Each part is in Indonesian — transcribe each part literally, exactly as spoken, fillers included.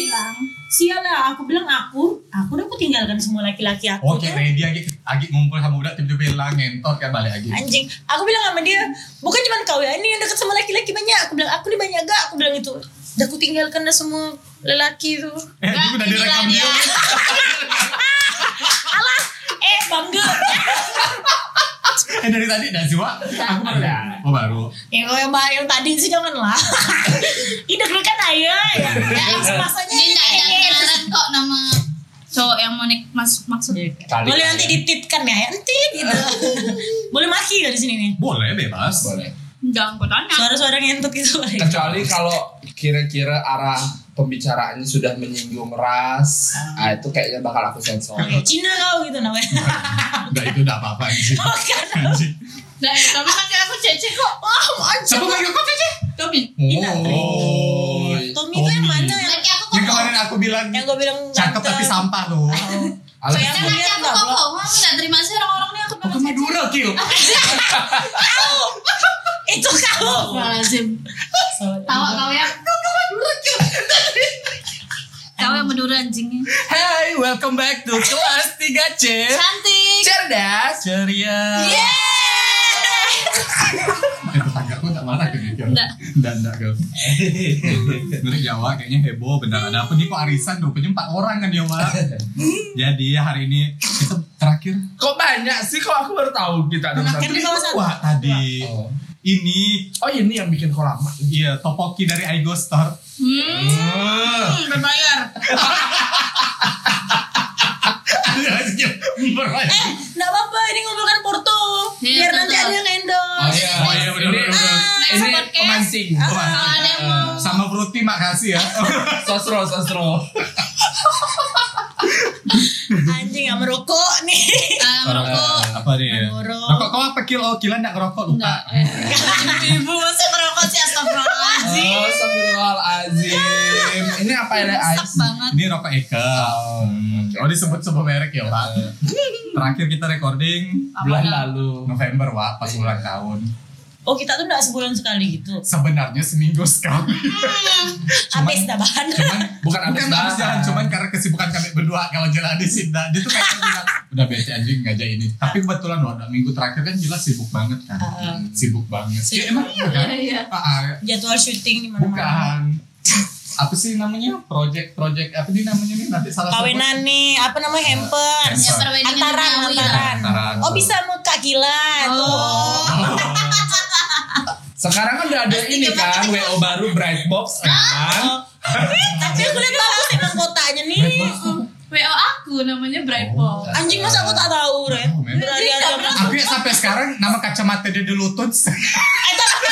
bilang, sial lah, aku bilang aku, aku udah aku tinggalkan semua laki-laki aku. Oke, ready lagi, lagi ngumpul sama udah tiba-tiba hilang ngentot kan balik lagi. Anjing, aku bilang sama dia, bukan cuma kau ya, ini yang dekat sama laki-laki banyak. Aku bilang, aku nih banyak gak? Aku bilang itu. Udah aku tinggalkan dah semua lelaki itu. Eh, itu udah direkam dia. Alah, eh bangga. Eh dari tadi dah sih, Wak. Aku baru. Oh baru. Ya kalau yang, yang tadi sih janganlah. Ini deg-degan aja ya. Ya masanya Ini nggak ada ini. kenalan kok nama cowok yang mau nik masuk maksud. Kali Boleh kali. nanti dititkan ya, nanti gitu. Boleh maki gak di sini nih? Boleh bebas. Boleh. Jangan kau tanya. Suara-suara ngentuk itu. Kecuali kalau kira-kira arah pembicaraannya sudah menyinggung ras, ah itu kayaknya bakal aku sensor. Cina kau gitu namanya. Udah itu udah apa-apa anjing. Anjing. Nah, eh, tapi manggil aku Cece kok. Wah, anjing. Siapa manggil kau Cece? Tommy. Oh. Tommy itu yang mana? Lagi aku Yang kok. kemarin aku bilang Yang gue bilang cakep tapi sampah tuh. Alah, Saya- Dan lagi aku kok. Kamu nggak terima sih orang-orang ini aku Oh, ke Madura, Kil. Kau. Itu kau. Lazim. Tawa kau ya. Kau yang Madura anjingnya. Hai, welcome back to kelas tiga C. Cantik. cerdas. Ceria. Eh, tetanggaku tak marah ke dia. Enggak. Enggak, enggak, guys. Milik Jawa kayaknya heboh benar. Ada apa nih kok arisan rupanya empat orang kan Jawa. Jadi hari ini kita terakhir Kok banyak sih? Kok aku baru tahu kita ada Terakhir satu. di bawah satu. Wah, tadi. Oh. Ini Oh ini yang bikin kau lama. iya topoki dari Aigo Store. Hmm. Berbayar. Eh, enggak apa-apa, ini ngumpulkan Porto. Iya, Biar betul. nanti ada yang endorse. Oh iya. Oh iya, bener, Ini, bener, bener. Next ini podcast. pemancing. Kalau ada yang mau. Sama Fruity makasih ya. Sosro, sosro. Anjing gak merokok nih. Ah, merokok. Apa nih? Ngorok. Rokok kau apa Kil? Oh, Kila enggak ngerokok lupa. Enggak. eh. Ibu masih merokok sih, astagfirullahaladzim. Oh, astagfirullahaladzim. Ini apa ya, Rusak Ais? banget. Ini rokok Eka. Oh, Oh, disebut sebuah merek ya, Pak. Terakhir kita recording bulan Apa? lalu. November, Wak, pas ulang tahun. Oh, kita tuh enggak sebulan sekali gitu. Sebenarnya seminggu sekali. Cuman- Habis dah bahan. Cuman Bukan habis bukan habis bahan. jalan, cuman karena kesibukan kami berdua kalau jalan di sini. Dia tuh kayak bilang, udah bete anjing ngajak ini. Tapi kebetulan loh, minggu terakhir kan jelas sibuk banget kan. Uh-uh. Sibuk banget. Sibuk. Ya, emang iya kan? Iya, iya. Ah, ah, Jadwal syuting di mana-mana. bukan. Apa sih namanya? Project-project apa nih namanya nih? Nanti salah sebut. Kawinan nih, apa namanya hampers. Ya, perweddingan Antaran, duniawi lah. antaran. Antaran. Oh, bisa mau Kak Gila tuh. Oh. Sekarang kan udah ada ini kan, W O baru Bright Box kan. Oh. Tapi aku lihat bagus emang kotanya nih. W O aku namanya Bright Oh. Box. Anjing masa aku tak tahu, Ren. Oh, memang. Berhari-hari aku. Aku ya sampai sekarang nama kacamata dia di lutut. Eh, tapi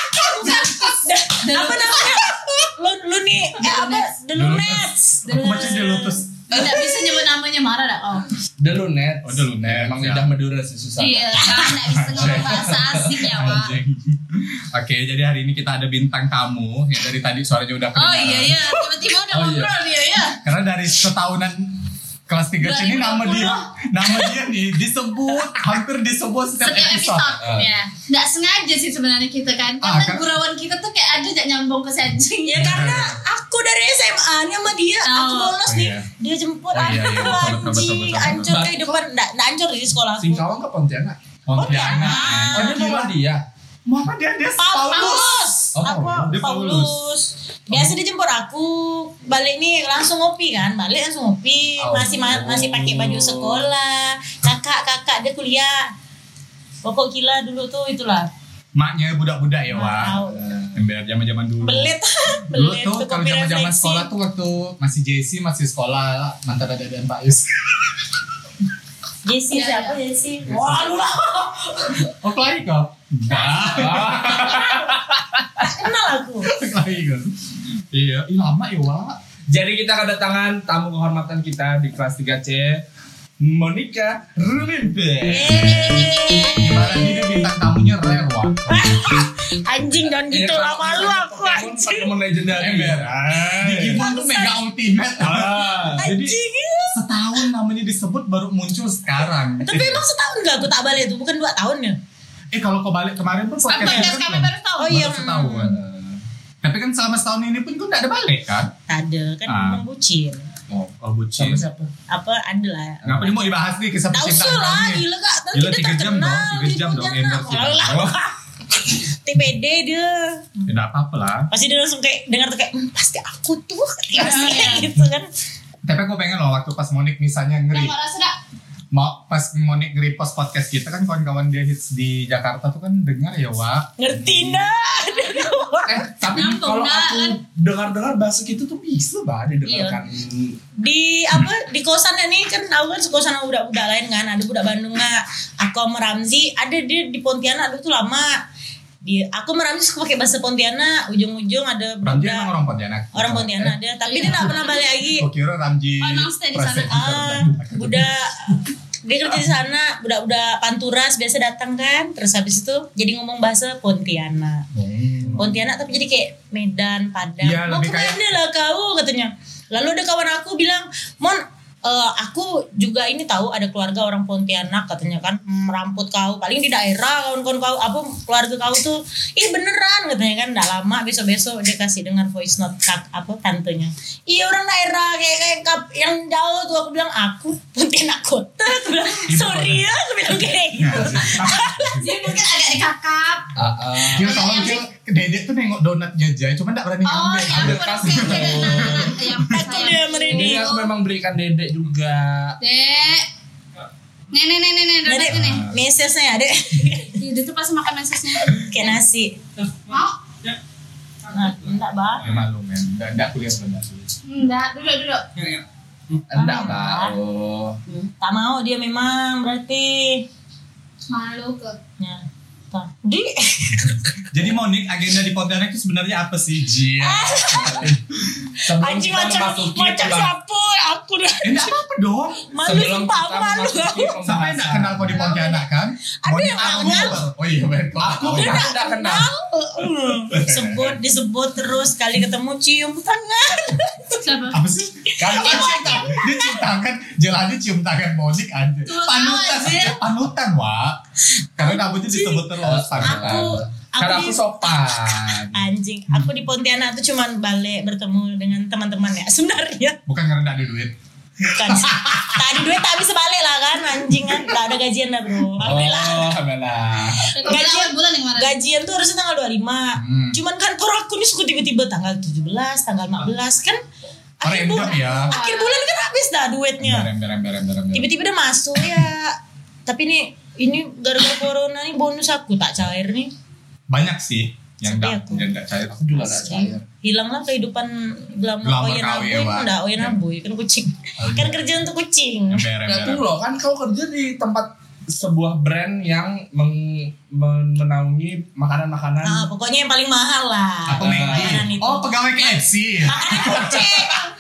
apa namanya? Lu lu nih eh, apa? The Lunets. Aku baca di lutut. Tidak bisa nyebut namanya marah dah kau. The Lunet. Oh, The Lunet. Emang Ya. lidah Madura sih susah. Iya, kan tidak bisa ngomong bahasa asing ya, Wak. Anjing. Oke, jadi hari ini kita ada bintang tamu yang dari tadi suaranya udah Oh kedengaran. iya iya, tiba-tiba udah Oh, iya. ngobrol dia ya. Karena dari setahunan kelas tiga C ini nama dia nama dia nih disebut hampir disebut setiap, Setiap episode. episode ya. Nggak sengaja sih sebenarnya kita kan. Ah, Karena kan- gurauan kita tuh kayak ada jak nyambung ke anjing. Ya karena aku dari S M A nya sama dia, aku Oh. bolos Oh, nih. iya. Dia jemput Oh, iya, iya, aku betul, betul, betul, anjing, betul, hancur betul. kehidupan, enggak hancur di sekolah aku. Singkawang ke Pontianak. Pontianak. Oh dia Gila. mama dia. Mama dia dia Paulus. Paulus. Oh, aku Paulus. Dia Paulus. Paulus. Biasa dia jemput aku, balik nih langsung ngopi kan, balik langsung ngopi, Oh. masih ma- masih pakai baju sekolah, kakak kakak dia kuliah, pokok gila dulu tuh itulah, Maknya budak-budak ya, Wak. Tahu. Biar zaman-zaman dulu. belit, Dulu belit tuh tuh kalau kopi zaman-zaman refleksi. sekolah tuh waktu masih J C masih sekolah mantan ada dan Pak Yus. Jesse Iya, siapa iya. Jesse? Wah lu lah, Oh, lagi kau? Enggak. kenal aku. Lagi kau. Iya, ih lama ya, Wak. Jadi kita kedatangan tamu kehormatan kita di kelas tiga C, Monica Rumimpe. Gimana ini bintang tamunya rare, Wak. Anjing jangan gitu lah, malu aku anjing. Pokemon legendary. Ember. Digimon tuh mega ultimate. Ah. Jadi Anjing. setahun namanya disebut baru muncul sekarang. Tapi emang setahun gak aku tak balik tuh, bukan dua tahun ya? Eh kalau kau balik kemarin pun Kan podcast podcast kami baru tahu. Oh iya. baru setahun. Tapi kan selama setahun ini pun kau gak ada balik kan? Ada kan Ah. memang bucin. Oh, oh bucin. Sama siapa? Apa ada lah. Ngapa nih mau dibahas nih kisah Tak usah percintaan lah, kami? gila kak. Nanti Gila kita tiga jam dong, terkenal tiga di jam dong Pontianak. endorse kita. Alah. Oh, T P D dia. ya gak apa-apa lah. Pasti dia langsung kayak dengar tuh kayak "Hmm, pasti aku tuh pasti Ah, kayak iya. gitu kan. Tapi aku pengen loh waktu pas Monik misalnya Udah ngeri. nggak rasa dah. Mau pas Monik nge-repost podcast kita kan kawan-kawan dia hits di Jakarta tuh kan dengar ya Wak. Ngerti dah. Eh, tapi Nyambung kalau dah, aku kan? dengar-dengar bahasa gitu tuh bisa bah didengarkan. Di apa di kosannya nih kan aku kan sekosan sama budak-budak lain kan, ada budak Bandung nggak, aku sama Ramzi ada dia di Pontianak dulu tuh lama. Di aku sama Ramzi suka pakai bahasa Pontianak, ujung-ujung ada Ramji budak emang orang Pontianak. orang Pontianak dia, tapi dia nggak pernah balik lagi. Kok kira Ramji Oh, emang stay di sana. presenter Ah, dan- budak dia kerja di sana, budak-budak Panturas biasa datang kan, terus habis itu jadi ngomong bahasa Pontianak. Pontianak tapi jadi kayak Medan, Padang. Iya, Mau lebih kayak- kemana lah kau katanya. Lalu ada kawan aku bilang, Mon, eh, aku juga ini tahu ada keluarga orang Pontianak katanya kan, hmm, rambut kau paling di daerah kawan-kawan kau apa keluarga kau tuh, ih beneran katanya kan, nggak lama besok-besok dia kasih dengar voice note kak apa tantenya, iya orang daerah kayak kayak kap- yang jauh tuh. Aku bilang aku Pontianak kota, aku bilang sorry ya, aku bilang kayak gitu. Jadi mungkin agak dikakap. Ah, ah. Kira tahu kira Dedek tuh nengok donatnya aja, cuman gak berani Oh, ngambil. yang Ada perut kasih yang tuh. tidak nah, yang Takut dia merinding. Ini aku memang berikan dedek juga. Dek. Nih nih nih nih nih Jadi donat ini. mesesnya ada Ih, dia tuh pas makan mesesnya. kayak nasi. Mau? Nah, enggak bah. Ya malu men, enggak enggak kuliah sebentar. Enggak, duduk duduk. Enggak bah. Oh. Tak mau dia memang berarti. Malu ke. Ya. Tak. Di. Jadi Monik, agenda di Pontianak itu sebenarnya apa sih? Jia. Sebelum Anjing kita macam memasuki macam pembah- siapa aku dah. Eh, enggak apa-apa dong. Malu sebelum sumpah kita aku malu. memasuki Sampai enggak kenal kau di Pontianak kan? Ada Monik yang aku kenal. baru. Oh iya, benar. Kau Aku tahu ya. aku udah kenal. Hmm. Sebut disebut terus kali ketemu cium tangan. Siapa? Apa sih? Kan Dia cium tangan, dia cium tangan, jelasnya cium tangan Monik aja. Tuh, Panutan, tahu aja. panutan, Wak. Karena namanya disebut terus panutan. Aku Kan aku aku di, sopan. anjing. Aku di Pontianak tuh cuman balik bertemu dengan teman-teman ya sebenarnya. Bukan karena enggak ada duit. Bukan sih. Tak ada duit tak bisa balik lah kan anjing kan. Tak ada gajian lah bro. Alhamdulillah. Oh, alhamdulillah. Gajian Gajian- bulan yang kemarin. Gajian tuh harusnya tanggal dua puluh lima. Hmm. Cuman kantor aku nih suka tiba-tiba tanggal tujuh belas, tanggal lima belas kan. Akhir Random bulan, ya. akhir bulan kan habis dah duitnya. Berem, berem, berem, berem, berem. Tiba-tiba udah masuk ya. Tapi nih ini gara-gara corona nih bonus aku tak cair nih. Banyak sih yang Sedih enggak aku. yang enggak cair. Aku juga enggak cair. Hilanglah kehidupan glamour Glamour Oyen kau ya, Abuy, Wak. enggak Oyen Ya. Abuy kan kucing. Kan kerja untuk kucing. Berem, Ya berem. tunggu loh, kan kau kerja di tempat sebuah brand yang meng, men- menaungi makanan-makanan. Ah, pokoknya yang paling mahal lah. Aku Maggi. Makanan itu. Oh, pegawai K F C. Makanan kucing.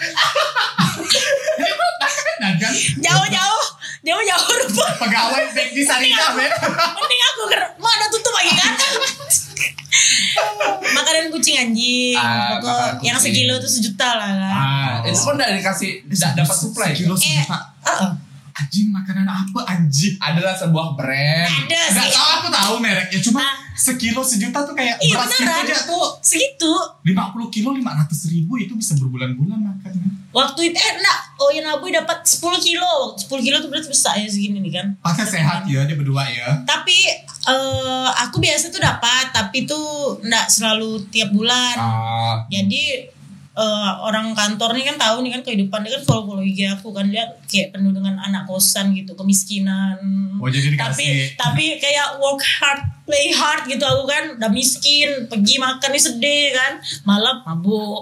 Nah, kan Jauh-jauh, jauh-jauh rupa. pegawai McD Sarina, men. Mending aku ker, mau ada tutup lagi kan? Makanan kucing anjing. Ah, Pokok makanan yang kucing. sekilo tuh sejuta lah kan. Ah, itu kan enggak dikasih, enggak dapat supply. Kilo Eh, sejuta. uh, Anjing, makanan apa anjing? Adalah sebuah brand. ada Enggak sih. tahu, aku tahu mereknya, cuma Ah. sekilo sejuta tuh kayak Iya, beras gitu beneran. aja tuh Segitu. lima puluh kilo lima ratus ribu itu bisa berbulan-bulan makannya. Waktu itu eh enggak, Oyen Abuy dapat sepuluh kilo. sepuluh kilo tuh berarti besar ya segini nih kan. Pasnya sehat ya dia berdua ya. Tapi eh aku biasa tuh dapat, tapi tuh enggak selalu tiap bulan. Ah, Jadi eh, orang kantor nih kan tahu nih kan kehidupan dia kan follow-follow I G aku kan, dia kayak penuh dengan anak kosan gitu, kemiskinan. Oh, jadi tapi dikasih. tapi kayak work hard, play hard gitu aku kan, udah miskin, pergi makan nih sedih kan, malam mabuk.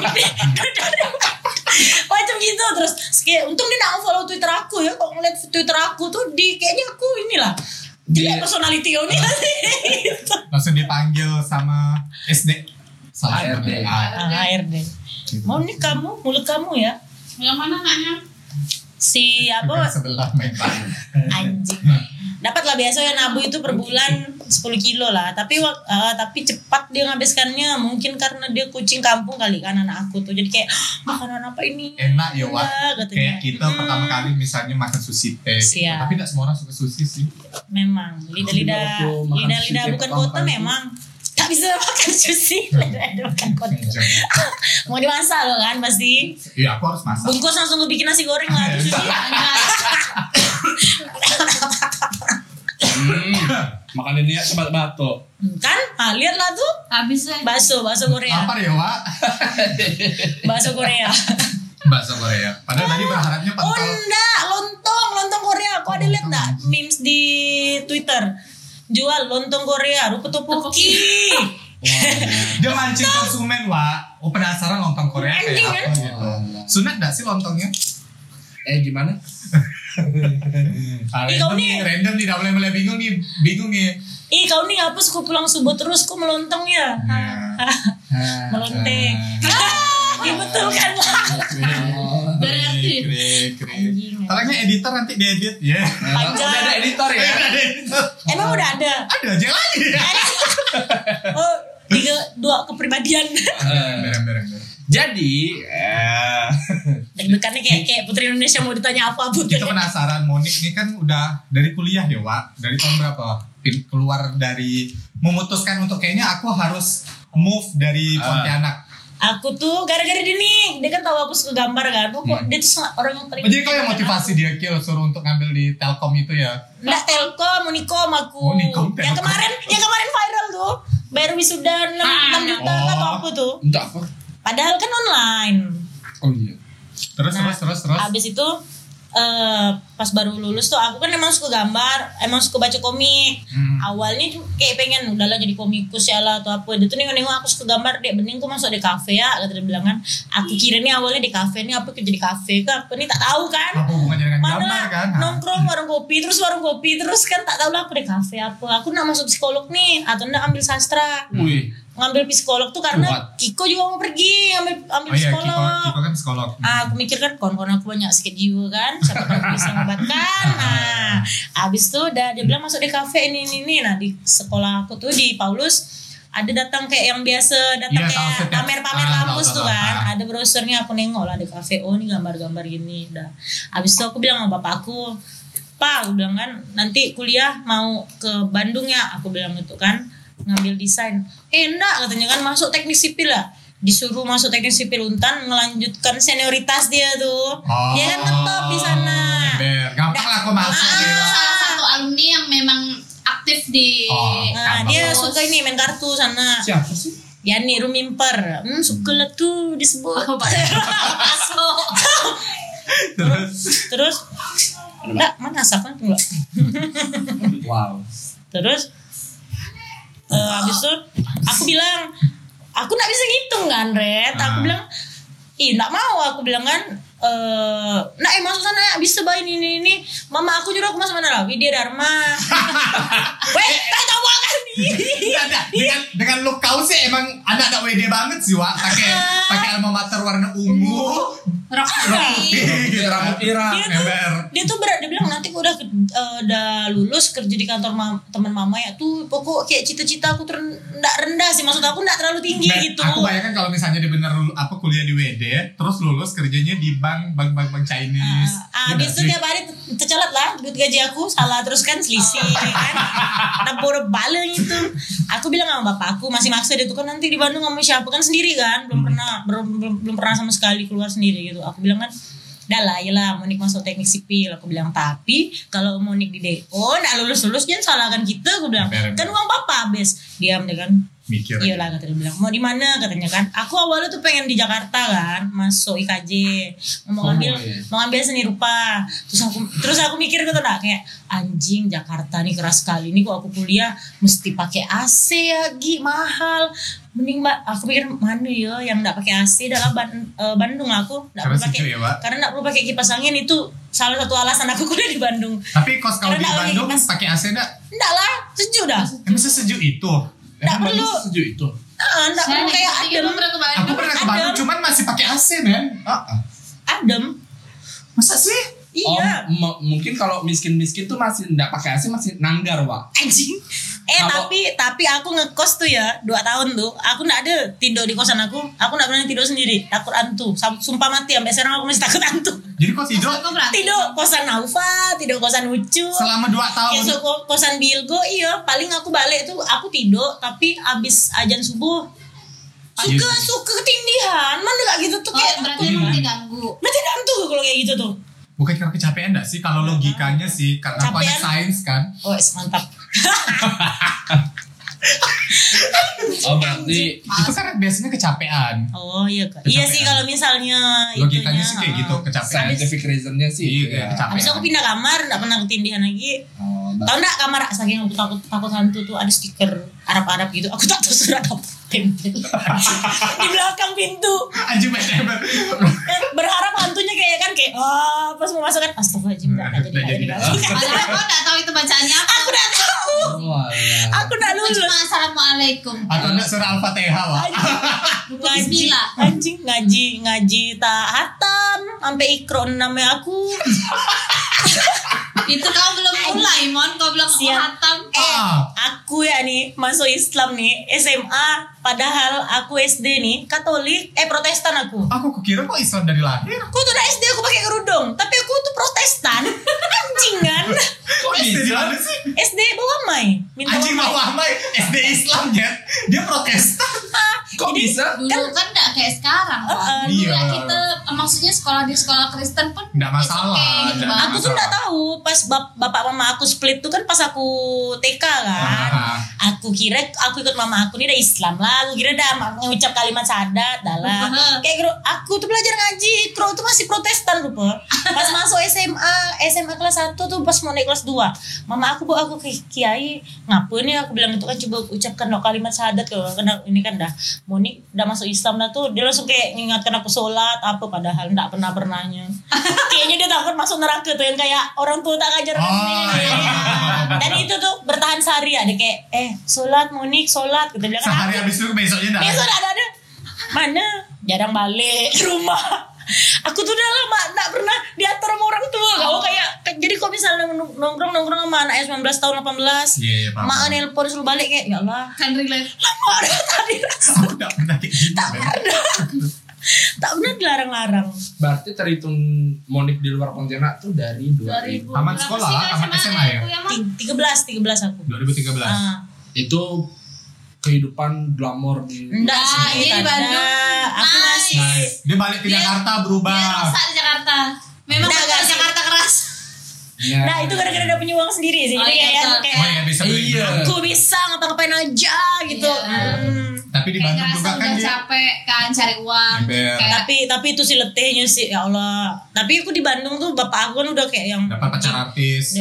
Macam gitu terus kayak untung dia nggak follow Twitter aku ya, kalau ngeliat Twitter aku tuh di kayaknya aku inilah Dia- jadi personality ini gitu. Langsung dipanggil sama S D. A R D. Ah, Ah, R D. Mau nih kamu, mulut kamu ya. Yang mana anaknya? Si bukan apa sebelah main tangan. anjing. Dapat lah biasa ya nabu itu per bulan sepuluh kilo lah. Tapi wak- eh, tapi cepat dia ngabiskannya. Mungkin karena dia kucing kampung kali kan anak aku tuh. Jadi kayak makanan apa ini? Enak ya, Wak. Enak, katanya. Kayak kita Hmm, pertama kali misalnya makan sushi teh gitu. Siap. Tapi tidak semua orang suka sushi sih. Memang lidah-lidah Waktu makan lidah-lidah sushi bukan pertama kota kali memang tak bisa makan sushi, ada makan kontol. Mau dimasak lo kan pasti. Iya, aku harus masak. Bungkus langsung gue bikin nasi goreng lah tuh sushi. Hmm, makan ini ya sebat bato. Kan? Ah, lihat lah tuh. Habis ya. Bakso, bakso Korea. Apa ya, Wak? Bakso Korea. Bakso Korea. Padahal tadi berharapnya Oh pentol. enggak, lontong, lontong Korea. Kau ada lihat enggak memes di Twitter? Jual lontong Korea, rupa topoki. Dia mancing konsumen, Wak. Oh, penasaran lontong Korea kayak Anjing, apa kan? gitu. Sunat enggak sih lontongnya? Eh gimana? Ah, Ih, kau random nih- nih, random nih, udah mulai mulai bingung nih, bingung nih. Ih, kau nih apa suka pulang subuh terus kok melontong ya? Iya. Melonteng. Iya betul kan lah. Berarti. Krik, krik. Anjing. Tolongnya editor nanti diedit, ya. Panjang. Udah ada editor ya? Ada editor. Emang udah ada. Ada aja lagi. Oh, tiga dua kepribadian. Berem, berem, berem. Jadi, eh, Deg-degannya kayak kayak Putri Indonesia mau ditanya apa Putri. Kita penasaran, Monik nih kan udah dari kuliah ya, Wak. Dari tahun berapa? Pin- Keluar dari memutuskan untuk kayaknya aku harus move dari Ah. Pontianak. Aku tuh gara-gara dia nih, dia kan tahu aku suka gambar kan. Kok Hmm. dia tuh sangat orang yang paling. Oh, jadi kau yang motivasi dia Kill suruh untuk ngambil di Telkom itu ya? Nggak Telkom, Unikom aku. Oh, Unikom, Yang Telkom. kemarin, yang kemarin viral tuh. Bayar wisuda enam juta Oh. atau apa tuh. untuk apa? Padahal kan online. Oh iya. Terus, Nah, terus, terus, terus. Abis itu eh, pas baru lulus tuh aku kan emang suka gambar, emang suka baca komik. Hmm. Awalnya tuh kayak pengen udahlah jadi komikus ya lah atau apa. Dia tuh nengok-nengok aku suka gambar, dek bening kok masuk di kafe ya, kata dia bilang kan. Aku kira nih awalnya di kafe nih apa kerja di kafe kan, apa nih tak tahu kan. Apa hubungannya dengan Mana gambar kan? Hah? nongkrong warung kopi terus warung kopi terus kan tak tahu lah aku di kafe apa. Aku nak masuk psikolog nih atau nak ambil sastra. Wih. Ngambil psikolog tuh karena Kuat. Kiko juga mau pergi ambil ambil Oh iya, psikolog. Kiko, Kiko kan psikolog. Ah, aku mikir kan kawan-kawan aku banyak sakit jiwa kan, siapa tahu aku bisa ngobatkan. Nah, abis itu udah dia bilang masuk di kafe ini ini ini. Nah di sekolah aku tuh di Paulus ada datang kayak yang biasa datang Iya, tahu kayak setiap- pamer-pamer ah, tahu, kampus tahu, tuh tahu. kan. Ah. Ada brosurnya aku nengok lah di kafe. Oh ini gambar-gambar gini. Udah. Abis itu aku bilang sama bapakku, Pak, aku bilang kan nanti kuliah mau ke Bandung ya. Aku bilang itu kan ngambil desain. Eh enggak katanya kan masuk teknik sipil lah. Disuruh masuk teknik sipil Untan melanjutkan senioritas dia tuh. Oh. Dia kan ngetop di sana. Ember. Gampang lah aku masuk. Ah. gitu. Salah satu alumni yang memang aktif di Oh. Nah, Gampang. dia suka ini main kartu sana. Siapa sih? Yani Rumimper. Hmm, suka lah tuh disebut. Oh, masuk. Terus. Terus enggak mana asapnya tuh enggak. Wow. Terus eh habis itu aku bilang aku nggak bisa ngitung kan Red. Aku Ah. bilang ih nggak mau aku bilang kan eh nah eh masuk sana ya bisa bayi ini ini mama aku juga aku masuk mana lah Widya Dharma. Weh tak tahu kan Nggak, nggak. dengan dengan look kau sih emang anak-anak W D banget sih, Wak. Pakai pakai alma mater warna ungu. Rok putih. Rambut irang. Dia tuh, Ember. dia tuh berat, dia bilang nanti aku udah ke- eh, udah lulus kerja di kantor mam, teman mama ya tuh pokok kayak cita-cita aku tuh rendah, rendah sih maksud aku enggak terlalu tinggi Nah, gitu. aku bayangkan kalau misalnya dia bener lulu- apa kuliah di W D, terus lulus kerjanya di bank bank bank, bank Chinese. Ah, Iya habis nggak itu sih? tiap hari te- tercelat lah duit gaji aku salah terus kan selisih kan. Nah bodoh bale gitu. Aku bilang sama bapakku masih maksa dia tuh kan nanti di Bandung sama siapa kan sendiri kan belum pernah belum, belum belum pernah sama sekali keluar sendiri gitu. Aku bilang kan dah lah iyalah Monik masuk teknik sipil aku bilang tapi kalau Monik di D O nggak lulus lulus jangan salahkan kita aku bilang Bener, kan bener. uang papa habis diam dia kan Mikir. iya lah kata dia bilang mau di mana katanya kan aku awalnya tuh pengen di Jakarta kan masuk I K J mau Oh, ngambil iya. mau ngambil seni rupa terus aku terus aku mikir gitu nak kayak anjing Jakarta nih keras sekali nih kok aku kuliah mesti pakai A C ya Gi mahal mending mbak aku pikir mana ya yang nggak pakai A C adalah Ban- eh, Bandung lah aku nggak Karena perlu pakai sejuk ya, Wak? karena nggak perlu pakai kipas angin itu salah satu alasan aku kuliah di Bandung Tapi kos kau Karena di nggak pakai Bandung kipas. pakai A C enggak? enggak lah sejuk dah Emang sesejuk itu? nggak Emang perlu Bandung sejuk itu. ah, nggak Saya perlu di kayak ketiga adem belum pernah ke Aku Bandung. pernah ke Adem. Bandung cuman masih pakai A C, men. Ah, ah. adem Masa sih? iya Oh, m- mungkin kalau miskin-miskin tuh masih nggak pakai A C masih nanggar, Wak. anjing Eh Kalau- tapi tapi aku ngekos tuh ya dua tahun tuh. Aku nggak ada tidur di kosan aku. Aku nggak pernah tidur sendiri. Takut hantu. Sam- Sumpah mati sampai sekarang aku masih takut hantu. Jadi kok tidur Aku berarti. Tidur kosan Naufa, tidur kosan Ucu. selama dua tahun. Ya so, ko- kosan Bilgo iya. Paling aku balik tuh aku tidur tapi abis ajan subuh suka Iya. suka ketindihan. Mana nggak gitu tuh Oh, kayak berarti aku- emang diganggu. Berarti hantu kalau kayak gitu tuh. Bukan karena kecapean enggak sih? Kalau logikanya sih karena aku anak Kecapean. sains kan. Oh, mantap. Oh berarti Itu kan biasanya kecapean. Oh iya kak. Iya sih kalau misalnya Logikanya itunya, sih kayak gitu, ah. kecapean. scientific reasonnya sih. Iya, ya. kayak kecapean. Habis aku pindah kamar, nggak pernah ketindihan lagi. Oh, nah. Tahu nggak kamar saking aku takut takut hantu tuh ada stiker Arab-Arab gitu. Aku tak tahu surat apa. Tempel. Di belakang pintu. Anjing banget. Eh, berharap hantunya kayak kan kayak ah pas mau masuk kan astagfirullahaladzim nggak nggak jadi Nggak nggak jadi. jadi. Padahal kau nggak tahu itu bacaannya apa. Aku nggak tahu. Oh, alah. Aku nggak lulus. Cuma assalamualaikum. Atau enggak surah Al-Fatihah, Wak. Ngaji, Bismillah. anjing ngaji ngaji tak hatam sampai ikro namanya aku. Itu kau belum mulai, Mon. Kau belum Siap. hatam. Eh, Ah. aku ya nih masuk Islam nih S M A, padahal aku S D nih Katolik, eh Protestan aku. Aku kira kok Islam dari lahir. Aku tuh udah S D aku pakai kerudung, tapi aku tuh Protestan. Anjing kan? Kok S D di mana sih? S D bawa Mai, minta Anjing Mai. mau Ahmad S D Islam ya. Dia Protestan. Ah, Kok jadi- bisa? Dulu kan nggak kayak sekarang, Pak. Uh-uh. Dulu Iya. ya kita, maksudnya sekolah di sekolah Kristen pun Nggak it's masalah, okay gitu, nggak Bang. Aku tuh nggak tahu pas bap- bapak mama aku split tuh kan pas aku T K kan. Ah. Aku kira aku ikut mama aku nih udah Islam lah. Aku kira udah ma- ngucap kalimat syahadat dah lah. Kayak gitu. Aku tuh belajar ngaji, Ikro tuh masih Protestan rupa. Pas masuk S M A, S M A kelas satu tuh pas mau naik kelas dua. Mama aku bawa aku ke kiai, ngapain nih aku bilang itu kan coba ucapkan lo kalimat syahadat kalau kena ini kan dah mau nih udah masuk Islam dah tuh dia langsung kayak ngingatkan aku sholat apa padahal enggak pernah pernahnya. Kayaknya dia takut masuk neraka tuh yang kayak orang tua tak ngajar Oh, ini. iya. Dan itu tuh bertahan sehari ada kayak eh sholat Monik sholat kita bilang kan Sehari habis itu besoknya enggak. besok ada ada mana jarang balik ke rumah. Aku tuh udah lama nggak pernah diatur sama orang tua. Kamu kayak jadi kok misalnya nongkrong nongkrong sama anak sembilan belas tahun delapan belas, Iya, iya, paham. mak nelpon suruh balik kayak ya Allah Kan relate. lama ada tadi rasa Aku enggak pernah kayak gitu. Ben. tak pernah dilarang-larang. Berarti terhitung Monik di luar Pontianak tuh dari dua ribu. Taman sekolah lah, taman S M A ya? Tiga belas tiga belas aku. dua ribu tiga belas. Ah, Itu kehidupan glamor di enggak Nah, sih, ini di tak Bandung. ada. Aku Nice. masih Nice. Dia balik ke Dia- Jakarta berubah. Dia rusak di Jakarta. Memang Nah, betul nggak sih. Jakarta keras. Ya. Nah itu gara-gara dia punya uang sendiri sih. Oh, Jadi iya, kayak betul. kayak Oh iya bisa beli. Iya. aku bisa ngapa-ngapain aja gitu. Iya. Hmm. Tapi di Kayak Bandung ngerasa juga kan udah dia. capek kan cari uang. Ember. Kayak Tapi tapi itu sih letihnya sih ya Allah. Tapi aku di Bandung tuh bapak aku kan udah kayak yang Dapat pacar artis.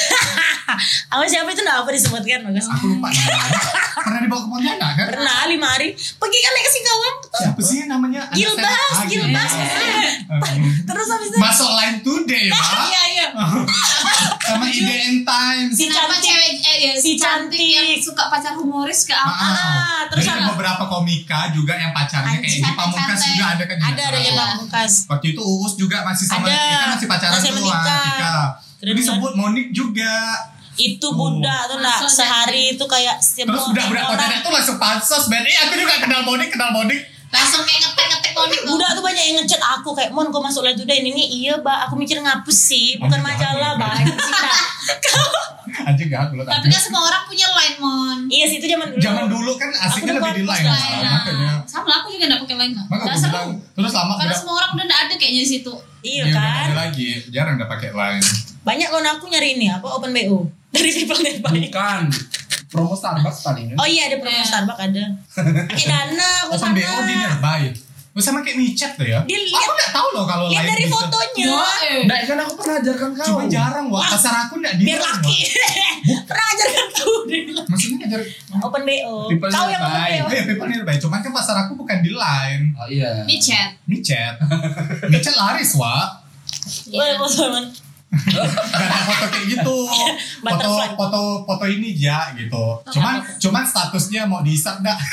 Apa siapa itu enggak apa disebutkan bagus. Aku lupa namanya. Pernah dibawa ke Pontianak kan? Pernah lima hari pergi kan naik ke Singkawang. Siapa sih namanya? Anak Gilbas, saya- Ah, Gilbas. Oke. Terus habis itu Masuk line today, Pak. iya iya. Sama I D N Times. Si kenapa cantik. cewek eh, ya, Si cantik cantik. yang suka pacar humoris ke apa? Ah, terus Jadi ada apa? beberapa komika juga yang pacarnya kayak Anjing, Edi Pamungkas santai-santai. juga ada kan di Ada ada Jakarta. yang Iya. pamungkas. Waktu itu Uus juga masih sama Ada. kita masih pacaran Masih tuh sama Tika. Tika. Keren Disebut Monik juga. Itu Oh. budak tuh enggak Masuk sehari itu kayak semua Terus budak-budak orang- Pontianak tuh langsung pansos, Ben. Eh aku juga kenal Monik, kenal Monik. Langsung kayak ngetek-ngetek konik tuh. Budak tuh banyak yang ngechat aku kayak Mon gue masuk live today ini nih iya ba aku mikir ngapus sih bukan Anjing, majalah apa? ba anjing nah. Anjing gak aku Tapi kan semua orang punya line, Mon. Iya sih itu zaman dulu. Zaman dulu kan asiknya Aku lebih di dulu line. hapus Nah, line. makanya. Sama aku juga gak pakai line. Maka Gak aku seru. bilang terus lama Karena udah semua orang udah gak ada kayaknya di situ. Iya dia udah kan. nggak ada lagi, jarang udah pakai line. Banyak kawan aku nyari ini apa open B O dari people nearby. bukan promo Starbucks paling kan. Oh iya ada promo Iya. Starbucks ada. Pakai dana aku Open sana. B O di nearby. Oh, sama kayak micet tuh ya. Dia Aku lihat nggak tahu loh kalau lihat line dari bisa. fotonya. eh. Nah, kan aku pernah ajarkan kau. Cuma jarang wah. Pasar aku nggak di. Biar laki. Pernah ajarkan tahu dia bilang. Maksudnya ngajar. Open B O. People Tahu yang open nearby. B O. Oh ya people nearby. Cuman kan pasar aku bukan di line. Oh iya. Micet. Micet. Micet laris wah. Iya foto man. Gak ada foto kayak gitu. Foto Butterfly. foto foto ini ya gitu. Cuman cuman statusnya mau diisap dah.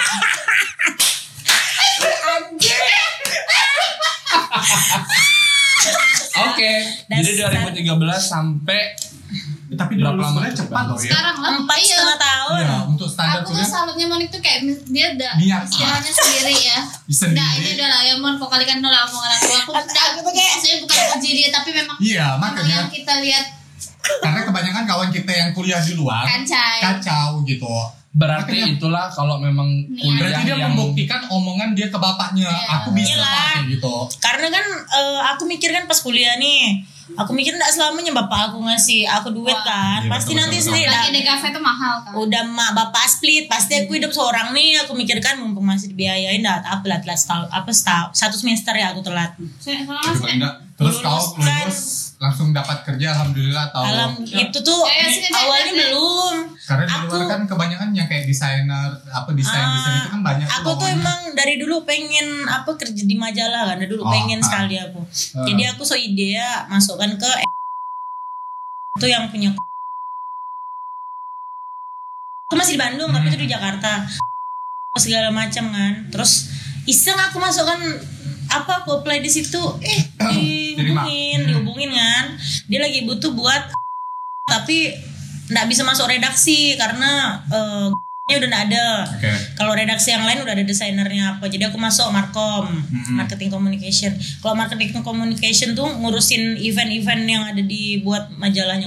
Oke. Dasar. Jadi dua ribu tiga belas sampai Tapi Berapa dulu lama sebenarnya tuh, cepat Bang? loh ya. Sekarang lah. Empat Iya. setengah tahun. tahun. Iya, untuk standar Aku tuh kuliah salutnya Monik tuh kayak dia udah Niat. istilahnya sendiri ya. Sendiri. Nah ini udah lah ya Mon, kok kalikan dulu omongan aku. Aku udah, Aku tuh kayak- maksudnya bukan puji dia tapi memang Iya, memang makanya yang kita lihat karena kebanyakan kawan kita yang kuliah di luar kancai. kacau gitu. Berarti Makanya- itulah kalau memang Niat. kuliah Berarti dia yang membuktikan omongan dia ke bapaknya. Iya. Aku bisa Iyalah. pakai gitu. Karena kan eh, aku mikir kan pas kuliah nih, aku mikir enggak selamanya bapak aku ngasih aku duit Wah. kan. Iya, Pasti betul, nanti betul, sendiri Lagi dah. di kafe tuh mahal kan. Udah mak bapak split, pasti aku hidup seorang nih. Aku mikirkan mumpung masih dibiayain dah, apa telat telat setahun, apa setahun, satu semester ya aku telat. Saya kalau Itu mas enggak. Terus kau Lulus kan. lulus langsung dapat kerja alhamdulillah atau Alam itu tuh Ya, ya, sini, sini, awalnya sini. belum. karena di Aku- luar kan kebanyakan yang kayak desainer apa desain desain itu kan banyak Aku tuh lowongan. emang dari dulu pengen apa kerja di majalah kan, dari dulu Oh, pengen ah. sekali aku. Ah. Jadi aku so ide ya masukkan ke itu yang punya aku masih di Bandung tapi Hmm. itu di Jakarta segala macam kan. Terus iseng aku masukkan apa aku apply di situ eh Terima. dihubungin Hmm. dihubungin kan dia lagi butuh buat tapi nggak bisa masuk redaksi karena eh, nya udah nggak ada. Oke. Kalau redaksi yang lain udah ada desainernya apa. Jadi aku masuk Markom, Mm-mm. marketing communication. Kalau marketing communication tuh ngurusin event-event yang ada di buat majalahnya.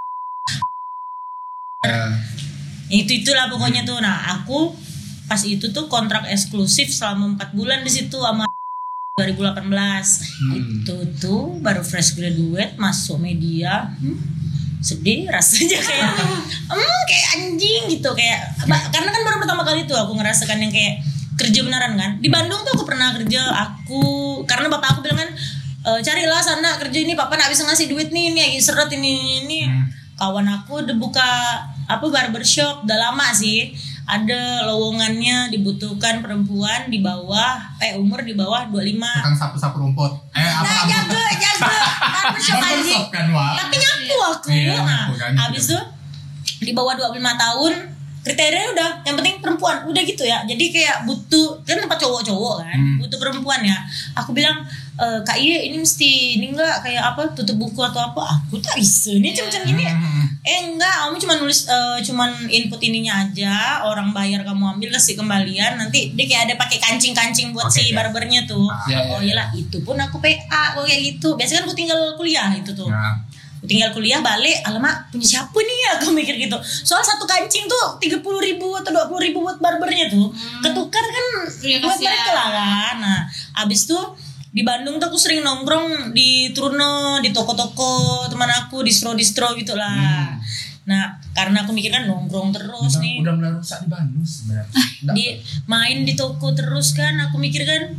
Eh, Itu itulah pokoknya tuh. Nah, aku pas itu tuh kontrak eksklusif selama empat bulan di situ sama dua ribu delapan belas. Hmm. Itu tuh baru fresh graduate masuk media. Hmm, sedih rasanya kayak hmm, kayak anjing gitu kayak ba- karena kan baru pertama kali tuh aku ngerasakan yang kayak kerja beneran kan. Di Bandung tuh aku pernah kerja aku karena bapak aku bilang kan e, carilah sana kerja ini papa nggak bisa ngasih duit nih ini lagi seret ini ini Hmm. kawan aku udah buka apa barbershop udah lama sih ada lowongannya dibutuhkan perempuan di bawah eh umur di bawah dua puluh lima. tukang sapu-sapu rumput. Eh apa Nah, rambut? jaga jaga barbershop anjing. Barbershop kan, Wak. Tapi nyapu aku. Iya, Nah, nyapu kan, habis gitu. tuh di bawah dua puluh lima tahun kriterianya udah yang penting perempuan udah gitu ya. Jadi kayak butuh kan tempat cowok-cowok kan, Hmm. butuh perempuan ya. Aku bilang e, Kak Iya ini mesti ini enggak kayak apa tutup buku atau apa. Aku tak bisa. Ini cuma-cuma gini. Hmm. Eh enggak, kamu cuma nulis eh, cuman input ininya aja, orang bayar kamu ambil kasih kembalian, nanti dia kayak ada pakai kancing-kancing buat Oke, si oke. barbernya tuh. Ya, Oh ya, iyalah, itu pun aku P A kok kayak gitu. Biasanya kan aku tinggal kuliah itu tuh. Nah, Aku tinggal kuliah balik, alamak punya siapa nih aku mikir gitu. Soal satu kancing tuh tiga puluh ribu atau dua puluh ribu buat barbernya tuh. Ketukar kan Iya, buat kasihan. mereka lah kan. Nah, abis tuh di Bandung tuh aku sering nongkrong di Truno, di toko-toko teman aku, distro-distro gitu lah. Nah, karena aku mikir kan nongkrong terus udah, nih. udah mulai rusak di Bandung sebenarnya. Nggak- Di main di toko terus kan aku mikir kan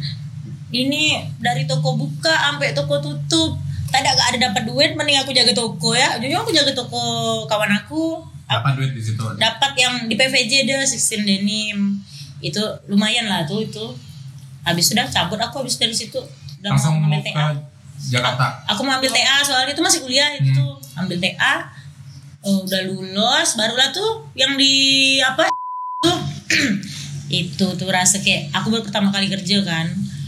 ini dari toko buka sampai toko tutup. Tak ada gak ada dapat duit mending aku jaga toko ya. Jujur aku jaga toko kawan aku. dapat duit di situ. Dapat yang di P V J deh sixteen denim. Itu lumayan lah tuh itu. Habis sudah cabut aku habis dari situ udah Langsung mau mau ambil ke T A. Jakarta. Aku mau ambil T A soalnya itu masih kuliah itu Hmm. tuh. Ambil T A. Oh, udah lulus barulah tuh yang di apa tuh itu tuh rasa kayak aku baru pertama kali kerja kan.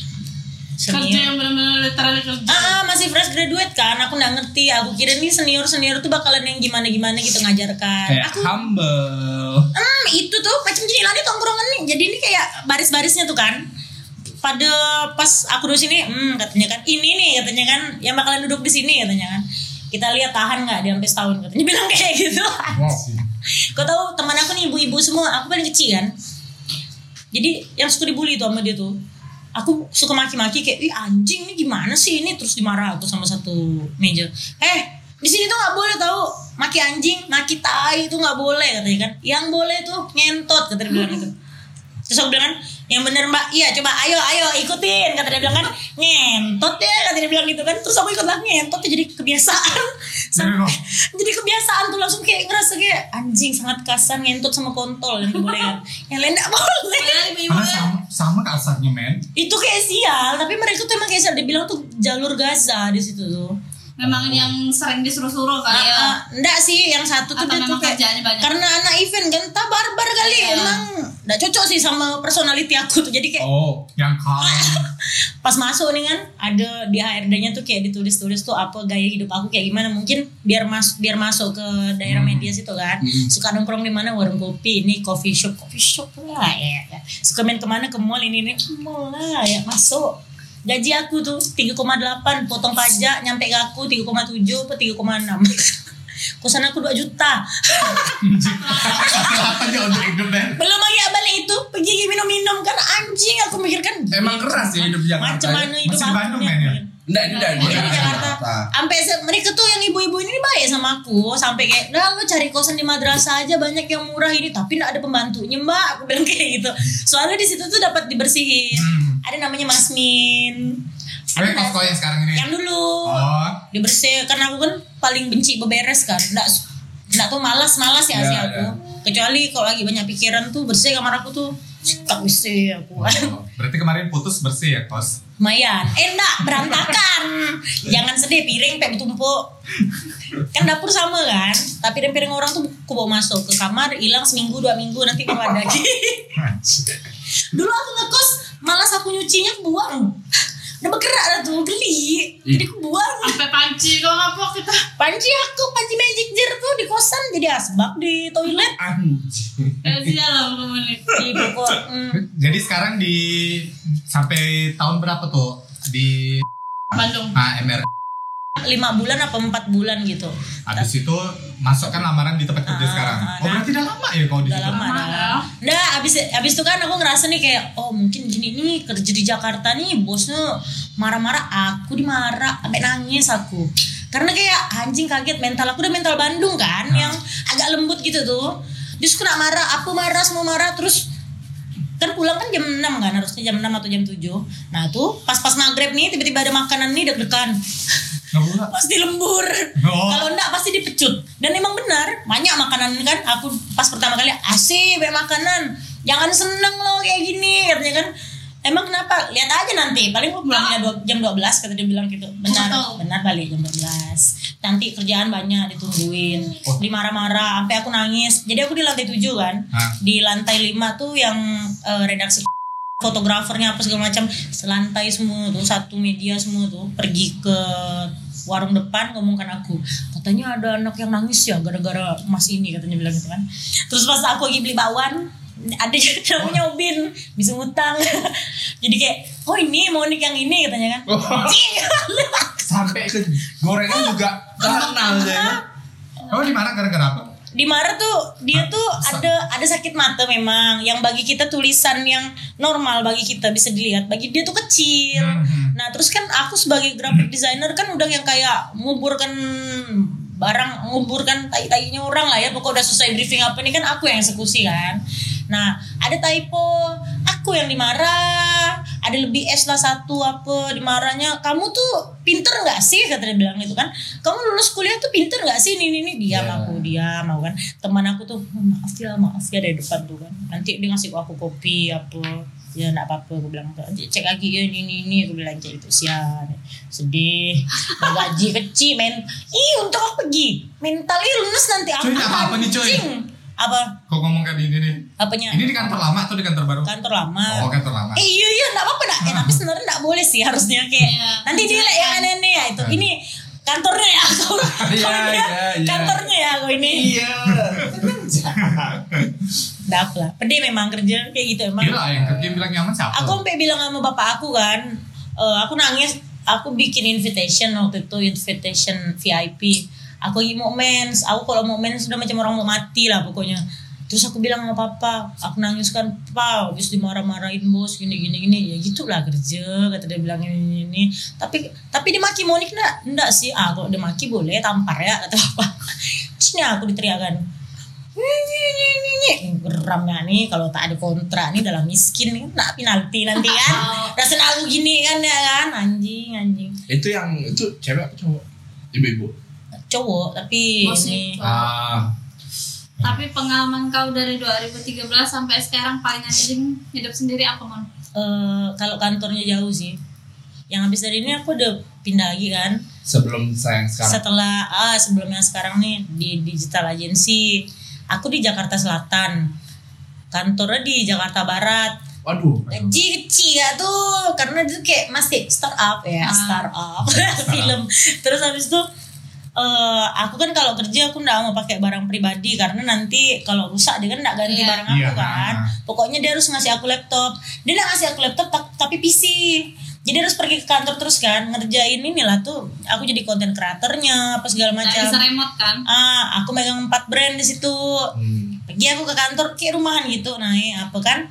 Kerja Senior. yang benar-benar literally kerja. Ah, masih fresh graduate kan. Aku nggak ngerti. Aku kira nih senior-senior tuh bakalan yang gimana-gimana gitu ngajarkan. Kayak Aku humble. Hmm, itu tuh macam jenilan nih tongkrongan nih. Jadi ini kayak baris-barisnya tuh kan. Pada pas aku duduk sini, hmm katanya kan ini nih katanya kan yang bakalan duduk di sini katanya kan. Kita lihat tahan nggak dia sampai setahun katanya bilang kayak gitu. Wow. Kau tahu teman aku nih ibu-ibu semua, aku paling kecil kan. Jadi yang suka dibully tuh sama dia tuh. Aku suka maki-maki kayak, ih anjing nih gimana sih ini, terus dimarah aku sama satu meja. Eh di sini tuh nggak boleh tahu maki anjing, maki tai itu nggak boleh katanya kan. Yang boleh tuh ngentot katanya bilang gitu. Terus aku bilang kan, yang bener mbak, iya coba ayo ayo ikutin kata dia bilang kan, ngentot ya kata dia bilang gitu kan. Terus aku ikut lah ngentot ya, jadi kebiasaan. Sampai, jadi kebiasaan tuh langsung kayak ngerasa kayak anjing sangat kasar ngentot sama kontol yang boleh kan. Yang lain nggak boleh. Karena sama sama kasarnya men. Itu kayak sial, tapi mereka tuh emang kayak sial. Dia bilang tuh jalur Gaza di situ tuh. Memang yang sering disuruh-suruh kali ya. Ah, enggak sih, yang satu tuh Atau dia tuh memang kayak kerjaannya banyak? karena anak event kan, tak barbar kali. Iya. Emang enggak cocok sih sama personality aku tuh. Jadi kayak Oh, Yang calm. pas masuk nih kan ada di H R D-nya tuh kayak ditulis-tulis tuh apa gaya hidup aku kayak gimana, mungkin biar mas biar masuk ke daerah Hmm. media situ kan. Hmm. Suka nongkrong di mana, warung kopi, ini coffee shop, coffee shop lah ya. ya. Suka main kemana, ke mall ini nih, mall lah ya, masuk. Gaji aku tuh tiga koma delapan, potong pajak nyampe ke aku tiga koma tujuh atau tiga koma enam. Kosan aku dua juta. Apa aja untuk hidup deh. Belum lagi balik itu pergi minum-minum kan, anjing aku mikirkan. emang keras ya hidup di Jakarta. Macam mana hidup Masih di aku Bandung, nih. men, ya? Enggak, ini dari Iya, di Jakarta. Sampai se- mereka tuh yang ibu-ibu ini baik sama aku, sampai kayak, "Dah lu cari kosan di madrasah aja, banyak yang murah ini, tapi enggak ada pembantunya, Mbak." Aku bilang kayak gitu. Soalnya di situ tuh dapat dibersihin. Hmm. Ada namanya Masmin. Tapi kos yang sekarang ini. Yang dulu. Oh. Dibersih karena aku kan paling benci beberes kan. Enggak enggak tuh malas-malas ya Ya, sih aku. ya. Kecuali kalau lagi banyak pikiran tuh bersih kamar aku tuh. Sikat bersih aku. Oh, berarti kemarin putus bersih ya kos? Lumayan, eh enggak, berantakan. Jangan sedih, piring kayak ditumpuk. Kan dapur sama kan, tapi piring orang tuh aku bawa masuk ke kamar, hilang seminggu dua minggu nanti baru ada lagi. Dulu aku ngekos, malas aku nyucinya buang. Udah bergerak lah tuh, geli. Jadi aku buang. Sampai panci kok ngapok kita. Panci aku, panci magic jar tuh di kosan jadi asbak di toilet. Anjing. Kasih dalam komunik. Di pokok. Hmm. Jadi sekarang di sampai tahun berapa tuh di Bandung. A M R? Lima bulan apa empat bulan gitu. Habis itu masuk kan lamaran di tempat kerja Ah, sekarang. ah, Oh nah. berarti udah lama ya kau di Udah situ? lama Lama, dah. ya. Nah, abis abis itu kan aku ngerasa nih kayak, oh mungkin gini nih kerja di Jakarta nih bosnya marah-marah, aku dimarah sampai nangis aku. Karena kayak anjing kaget, mental aku udah mental Bandung kan, Nah. yang agak lembut gitu tuh. Dia suka nak marah, aku marah semua marah terus kan pulang kan jam enam kan, harusnya jam enam atau jam tujuh. Nah tuh pas-pas maghrib nih tiba-tiba ada makanan nih deg-degan. Nggak Pasti lembur. Oh. Kalau enggak pasti dipecut. Dan emang benar, banyak makanan kan. Aku pas pertama kali asik banyak makanan. Jangan seneng loh kayak gini katanya kan. Emang kenapa? Lihat aja nanti. Paling gua pulangnya dua- jam dua belas kata dia bilang gitu. Benar. Betul. Benar balik jam dua belas. Nanti kerjaan banyak ditungguin. Oh. Dimarah-marah sampai aku nangis. Jadi aku di lantai tujuh kan. Hah? Di lantai lima tuh yang eh, redaksi fotografernya apa segala macam selantai semua tuh, satu media semua tuh pergi ke warung depan ngomongkan aku, katanya ada anak yang nangis ya gara-gara mas ini katanya bilang gitu kan. Terus pas aku lagi beli bakwan ada juga namanya Ubin bisa ngutang. Jadi kayak oh ini mau nikah yang ini katanya kan. Sampai ke gorengan juga terkenal ya. Oh di mana gara-gara apa? Di Maret tuh dia tuh ada ada sakit mata memang yang bagi kita tulisan yang normal bagi kita bisa dilihat, bagi dia tuh kecil. Hmm. Nah terus kan aku sebagai graphic designer kan udah yang kayak nguburkan barang, nguburkan tai-tainya orang lah ya, pokoknya udah selesai briefing apa ini kan aku yang eksekusi kan. Nah ada typo, aku yang dimarah, ada lebih S lah satu apa dimarahnya, kamu tuh pinter nggak sih kata dia bilang gitu kan, kamu lulus kuliah tuh pinter nggak sih ini ini diam Yeah. aku diam aku kan, teman aku tuh maaf ya maaf ya dari depan tuh kan, nanti dia ngasih aku kopi apa ya nggak apa-apa aku bilang cek lagi ya ini ini ini aku bilang cek itu sian sedih gaji kecil men ih untuk aku pergi mental illness nanti aku Cuy, apa-apa nih, cuy? anjing. Apa Kau ngomong kayak gini nih. apanya Ini di kantor lama atau di kantor baru? kantor lama. Oh kantor lama. Eh iya iya nggak apa-apa nak. Eh, tapi sebenarnya nggak boleh sih harusnya kayak Iya. nanti dia lah yang aneh-aneh ya itu. Ini kantornya ya aku. Iya, Kalau dia, iya, iya. Kantornya ya aku ini. Iya. Dak lah. Pedih memang kerja kayak gitu emang. Gila yang kerja bilang nyaman siapa? Aku sampai bilang sama bapak aku kan, eh, aku nangis. Aku bikin invitation waktu itu invitation V I P. Aku lagi mau mens. Aku kalau mau mens sudah macam orang mau mati lah pokoknya. Terus aku bilang sama papa, aku nangis kan, "Pa, habis dimarah-marahin bos gini gini gini." Ya gitulah kerja, kata dia bilang ini ini. Tapi tapi dimaki Monik enggak? Enggak sih. Ah, kalau dimaki boleh tampar ya kata papa. Sini aku diteriakan. Geramnya nih kalau tak ada kontrak nih dalam miskin nih nak penalti nanti kan. Rasanya aku gini kan ya kan anjing anjing. Itu yang itu cewek apa cowok? Ibu-ibu. Cowok tapi Bos ini nih. Ah. Tapi pengalaman kau dari dua ribu tiga belas sampai sekarang paling anjing hidup sendiri apa Mon? eh, kalau kantornya jauh sih. Yang habis dari ini aku udah pindah lagi kan. sebelum saya yang sekarang. Setelah ah sebelum yang sekarang nih di digital agency, aku di Jakarta Selatan, kantornya di Jakarta Barat. Waduh. Gaji kecil ya tuh, karena itu kayak masih startup ya, Ah. startup film. Terus habis itu eh aku kan kalau kerja aku nggak mau pakai barang pribadi karena nanti kalau rusak dia kan nggak ganti Iya. barang aku Iya. kan. Pokoknya dia harus ngasih aku laptop. Dia nggak ngasih aku laptop ta- tapi P C. Jadi harus pergi ke kantor terus kan ngerjain inilah tuh. Aku jadi konten kreatornya apa segala Nggak macam. bisa remote kan? Ah, aku megang empat brand di situ. Hmm. Pergi aku ke kantor kayak rumahan gitu, nah ya, apa kan?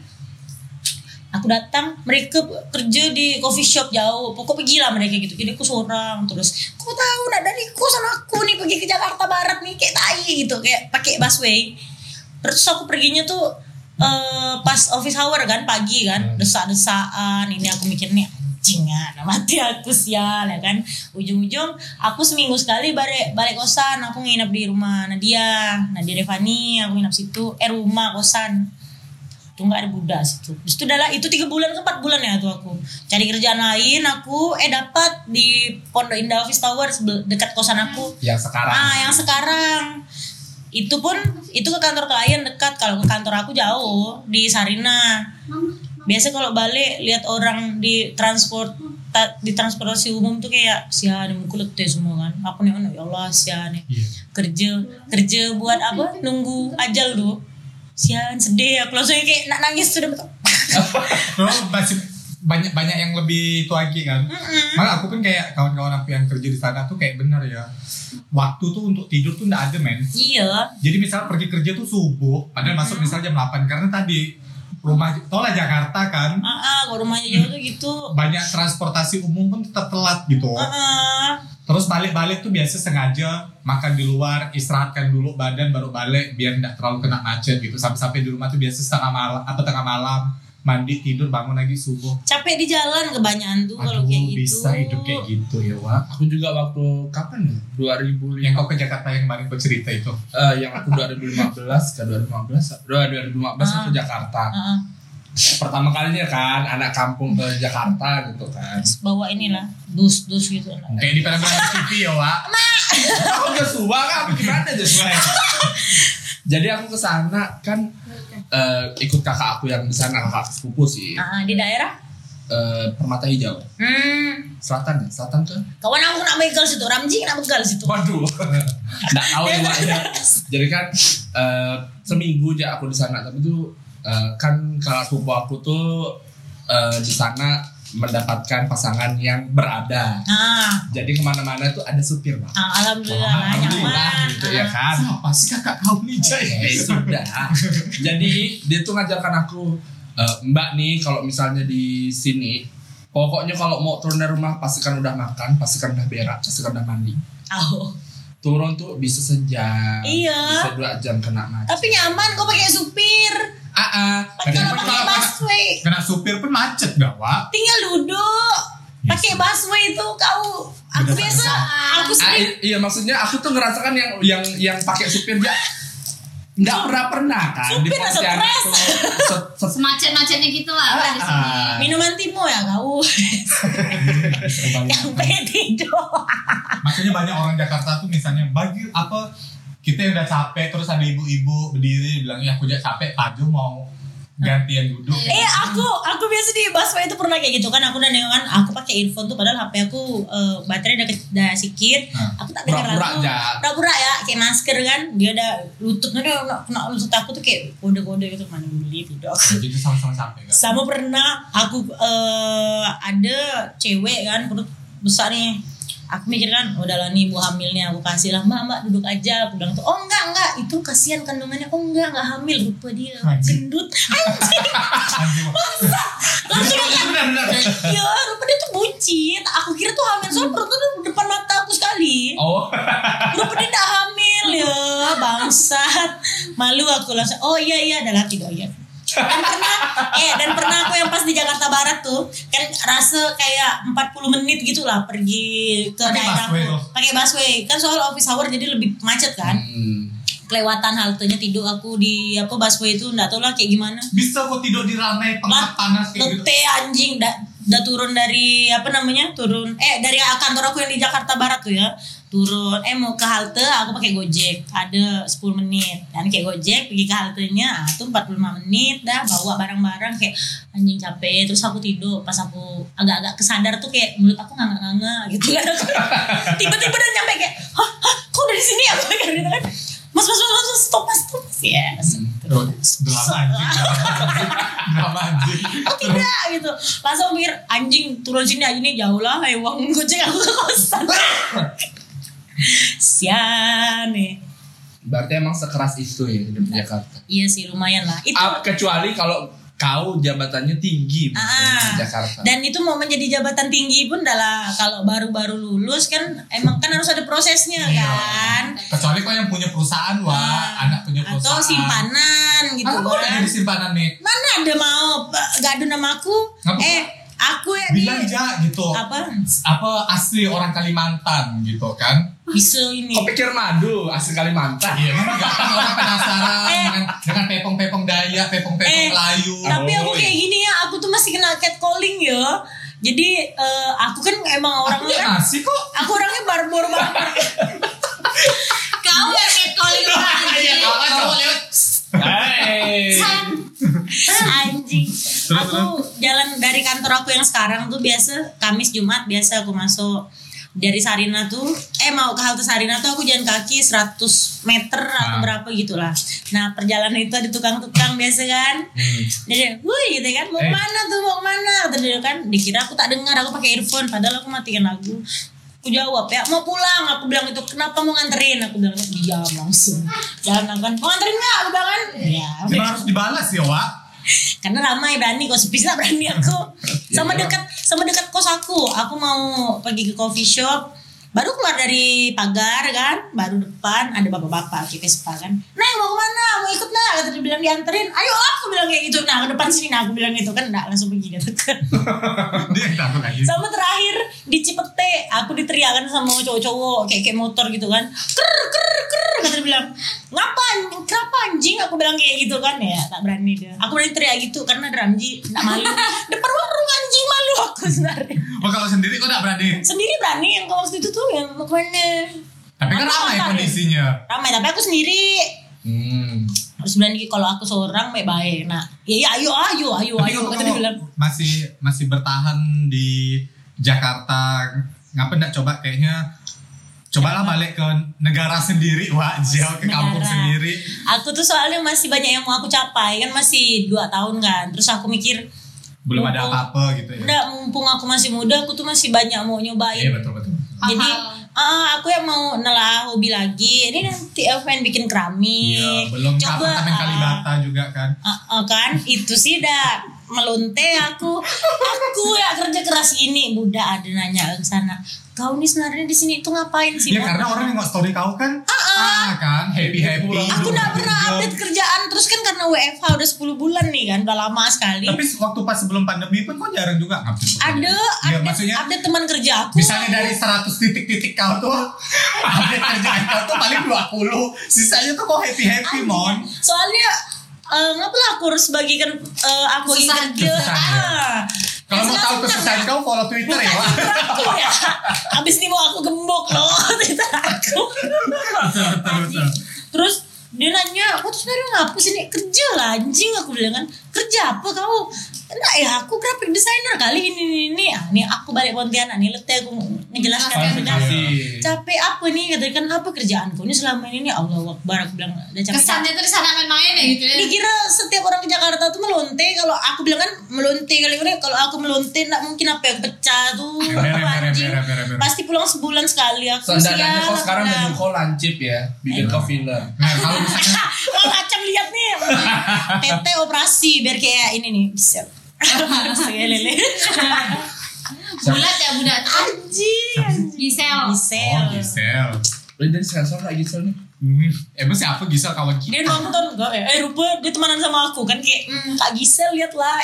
Aku datang, mereka kerja di coffee shop jauh, pokok pergi lah mereka gitu. Jadi aku seorang terus, kau tahu nak dari kosan aku nih pergi ke Jakarta Barat nih kayak tai gitu, kayak pakai busway. Terus aku perginya tuh eh, pas office hour kan pagi kan, desak-desaan. Ini aku mikir nih anjing ya, mati aku sial ya kan. Ujung-ujung aku seminggu sekali balik balik kosan, aku nginep di rumah Nadia, Nadia Devani, aku nginep situ, eh rumah kosan. Tuh nggak ada Buddha situ. Terus itu adalah itu tiga bulan ke empat bulan ya tuh aku cari kerjaan lain. Aku eh dapat di Pondok Indah Office Tower sebel- dekat kosan aku. Yang sekarang. Ah yang sekarang itu pun itu ke kantor klien dekat. Kalau ke kantor aku jauh di Sarina. Biasa kalau balik lihat orang di transport ta- di transportasi umum tuh kayak sia nih mukul letih semua kan. Aku nih oh, ya Allah sia nih Iya. kerja kerja buat apa nunggu ajal tuh. Sian sedih aku langsung kayak nak nangis sudah betul. Oh, masih banyak banyak yang lebih tua lagi kan. Malah aku pun kayak kawan-kawan aku yang kerja di sana tuh kayak bener ya. Waktu tuh untuk tidur tuh nggak ada men. Iya. Jadi misal pergi kerja tuh subuh, padahal masuk misal jam delapan karena tadi rumah tau lah Jakarta kan. Ah, ah kalau rumahnya jauh tuh gitu. Banyak transportasi umum pun tetap telat gitu. Ah, ah. Terus balik-balik tuh biasa sengaja makan di luar, istirahatkan dulu badan baru balik biar tidak terlalu kena macet gitu. Sampai-sampai di rumah tuh biasa setengah malam apa tengah malam mandi tidur bangun lagi subuh. Capek di jalan kebanyakan tuh kalau Aduh, kayak gitu. bisa hidup kayak gitu ya Wak. Aku juga waktu kapan ya? dua ribu lima Yang kau ke Jakarta yang kemarin kau cerita itu. Eh, yang aku dua ribu lima belas ke dua ribu lima belas dua ribu lima belas aku Ah. Jakarta. Ah, ah. Pertama kalinya kan anak kampung ke Jakarta gitu kan. Terus bawa inilah dus-dus gitu. Kayak di film-film T V ya Wak. Aku Joshua kan apa gimana Joshua? Jadi aku ke sana kan eh, ikut kakak aku yang di sana, kakak sepupu sih. Ah, ah, di daerah? Eh, Permata Hijau. Hmm. Selatan ya? Selatan ke? Kawan aku nak begal situ, Ramji nak begal situ. Waduh. Nggak tahu ya Wak ya. Jadi kan eh, seminggu aja aku di sana tapi tuh eh, kan kakak sepupu aku tuh eh, di sana mendapatkan pasangan yang berada. Ah, Jadi kemana-mana tuh ada supir Pak. ah alhamdulillah lah Alhamdulillah nyaman. gitu ya kan. Siapa sih kakak kau nih Jay? Eh sudah. Jadi dia tuh ngajarkan aku, e, Mbak nih kalau misalnya di sini, pokoknya kalau mau turun dari rumah pastikan udah makan, pastikan udah berak, pastikan udah mandi. Oh. Turun tuh bisa sejam, Iya. bisa dua jam kena macet. Tapi nyaman kok pakai supir. Ah, ah. Kan kalau pakai busway Kena supir pun macet gak Wak? tinggal duduk. Pakai busway itu kau aku Bener, biasa aku Ah, sering i- iya maksudnya aku tuh ngerasakan yang yang yang pakai supir dia nggak pernah pernah kan di Supir lah Pontianak stres. tuh se- se- Semacet-macetnya gitu lah Ah, di sini. ah. minuman timo ya kau. Sampai tidur. Makanya banyak orang Jakarta tuh misalnya bagi apa kita yang udah capek terus ada ibu-ibu berdiri bilang ya aku udah capek Paju mau gantian duduk. Eh aku aku biasa di busway itu pernah kayak gitu kan aku dan kan aku pakai earphone tuh padahal H P aku eh, baterai udah, ke- udah sikit. Nah. Aku tak dengar Pura-pura lagu. aja. Pura-pura ya kayak masker kan dia ada lututnya dia kena, kena lutut aku tuh kayak kode-kode gitu mana beli tidak. Jadi sama-sama capek kan. Sama pernah aku eh, ada cewek kan perut besar nih. Aku mikir kan udahlah nih ibu hamilnya aku kasih lah mbak mbak duduk aja aku bilang tuh oh enggak enggak itu kasihan kandungannya oh enggak enggak hamil rupa dia Anjing. gendut anjing Anjing, Wak. langsung kan benar-benar kayak ya rupa dia tuh buncit aku kira tuh hamil soalnya perutnya tuh depan mata aku sekali oh rupa dia tidak hamil ya bangsat malu aku langsung oh iya iya adalah tidak iya dan pernah eh dan pernah aku yang pas di Jakarta Barat tuh kan rasa kayak empat puluh menit gitulah pergi ke Pakai daerahku busway tuh. pakai busway kan soal office hour jadi lebih macet kan Hmm. kelewatan haltenya tidur aku di apa busway itu nggak tahu lah kayak gimana Bisa kok tidur di rantai pengap panas kayak gitu. letih anjing da, udah turun dari apa namanya turun eh dari kantor aku yang di Jakarta Barat tuh ya, turun eh mau ke halte aku pakai Gojek ada sepuluh menit dan kayak Gojek pergi ke haltenya ah tuh empat puluh lima menit dah bawa barang-barang kayak anjing capek, terus aku tidur pas aku agak-agak kesadar tuh kayak mulut aku nganga-nganga gitu kan. Tiba-tiba udah nyampe kayak hah, hah kok dari sini aku kayak gitu kan. Mas mas mas mas stop mas stop yes. Drama anjing, drama anjing. Oh tidak gitu, langsung mikir anjing turun sini aja nih jauh lah, ayo uang Gojek aku ke kosan. Sian nih. Berarti emang sekeras itu ya hidup di Jakarta. Iya sih lumayan lah. Itu Ah, kecuali kalau kau jabatannya tinggi ah, di Jakarta. dan itu mau menjadi jabatan tinggi pun adalah kalau baru-baru lulus kan emang kan harus ada prosesnya kan. Kecuali kau yang punya perusahaan wah, Ah, anak punya perusahaan. atau simpanan gitu Aku udah kan. jadi simpanan nih. Mana ada mau gak ada nama aku? Ngapa? Eh aku ya Bilang di aja gitu. apa Apa asli orang Kalimantan gitu kan? bisa ini. Kau pikir madu asli Kalimantan? Iya, memang gak kan orang penasaran Eh. dengan dengan pepong-pepong Dayak, pepong-pepong Eh, Melayu. Tapi aku Oh, kayak gini ya, aku tuh masih kena catcalling ya. Jadi eh, aku kan emang Aku orangnya ya kan, ngasih kok. aku orangnya barbor banget. Kau yang catcalling orang anjing. Hey. Anjing. Aku jalan dari kantor aku yang sekarang tuh biasa Kamis Jumat biasa aku masuk dari Sarina tuh eh mau ke halte Sarina tuh aku jalan kaki seratus meter atau Ah. berapa gitulah. Nah perjalanan itu ada tukang-tukang biasa kan. Hmm. Jadi, wih gitu kan, mau Eh. mana tuh, mau mana? Kata dia kan, dikira aku tak dengar, aku pakai earphone, padahal aku matikan lagu. Aku jawab ya, mau pulang. Aku bilang itu, kenapa mau nganterin? Aku bilang, diam langsung. Jangan kan, mau nganterin nggak? Aku bilang kan, ya. Gimana harus dibalas ya, Wak? Karena ramai berani, kok sepi tak berani aku. Sama dekat, sama dekat kos aku. Aku mau pergi ke coffee shop. Baru keluar dari pagar kan, baru depan ada bapak-bapak pakai Vespa kan. Nah mau kemana? Mau ikut nggak? Kata dia bilang dianterin. Ayo aku bilang kayak gitu. Nah ke depan sini, nah aku bilang gitu kan, nggak langsung pergi gitu kan. Dia yang takut lagi. Sama terakhir di Cipete, aku diteriakan sama cowok-cowok kayak kayak motor gitu kan. Ker ker ker kata dia bilang, "Ngapa? Kenapa anjing?" Aku bilang kayak gitu kan ya, tak berani dia. Aku berani teriak gitu karena Ramji enggak malu. Depan warung anjing malu aku sebenarnya. Oh kalau sendiri kok gak berani? Sendiri berani yang kalau waktu itu tuh yang mau kemana? Tapi kan Aku ramai apa, kondisinya. Ramai tapi aku sendiri. Hmm. Harus berani kalau aku seorang baik-baik. Nah, ya, ya ayo ayo ayo Tapi ayo kalau kata dia kamu bilang. masih masih bertahan di Jakarta, ngapa nggak coba kayaknya cobalah balik ke negara sendiri, Wak, jauh ke kampung Negara. sendiri. Aku tuh soalnya masih banyak yang mau aku capai kan masih dua tahun kan. Terus aku mikir Belum ada mumpung- apa-apa gitu ya. Enggak, mumpung aku masih muda, aku tuh masih banyak mau Iya nyobain. betul betul. Jadi Paham. ah, aku yang mau nelah hobi lagi. Ini nanti aku pengen bikin keramik. Iya, belum Coba, apartemen ah, Kalibata juga kan. ah, ah, kan itu sih dah melonte aku. Aku ya kerja keras ini. Budak ada nanya ke sana. Kau nih sebenarnya di sini tuh ngapain sih? Ya Mon?" karena orang yang nggak story kau kan, ah, kan happy happy. Aku gak pernah update kerjaan. Terus kan karena W F H udah sepuluh bulan nih kan. Udah lama sekali. Tapi waktu pas sebelum pandemi pun kau jarang juga ngupdate. Ada, Ya, update, maksudnya update teman kerja aku. misalnya dari seratus titik-titik kau tuh update kerjaan kau tuh paling dua puluh. Sisanya tuh kau happy happy mon. Soalnya eh ngapa lah aku harus bagikan eh, aku lagi Kesusahan. kerja. Kesusahan, ya. Ah. Kalau mau tahu kesusahan kau follow Twitter ya, Wak. Aku ya. Abis ini mau aku gembok loh Twitter aku. Betul betul betul. Terus dia nanya, aku tuh sebenarnya ngapa sih nih kerja lah anjing, aku bilang kan kerja apa kau? Enggak ya aku graphic designer kali ini ini ini. Ah, nih aku balik Pontianak nih letih aku ngejelaskan Kualifikasi. sebenarnya. Kasih. Capek apa nih katanya kan apa kerjaanku ini selama ini nih Allah Akbar aku bilang udah capek. Kesannya tuh di sana main-main ya gitu ya. Dikira setiap orang ke Jakarta tuh melonte. Kalau aku bilang kan melonte kali ini. Kalau aku melonte nggak mungkin apa yang pecah tuh. Mere, mere, Anjing. mere, mere, mere. Pasti pulang sebulan sekali aku. Seadanya sial, kau sekarang aku baju bilang. kau lancip ya, bikin kau filler. Nah, kalau misalnya Wah macam lihat nih. Tete operasi biar kayak ini nih bisa. Saya lele. Bulat ya budak. Anjing. Gisel. Gisel. oh Gisel. Udah dari sensor lagi Gisel nih. Hmm, emang siapa Gisel kawan kita? Dia nonton gak? Eh rupa dia temanan sama aku kan kayak hmm, Kak Gisel lihat lah.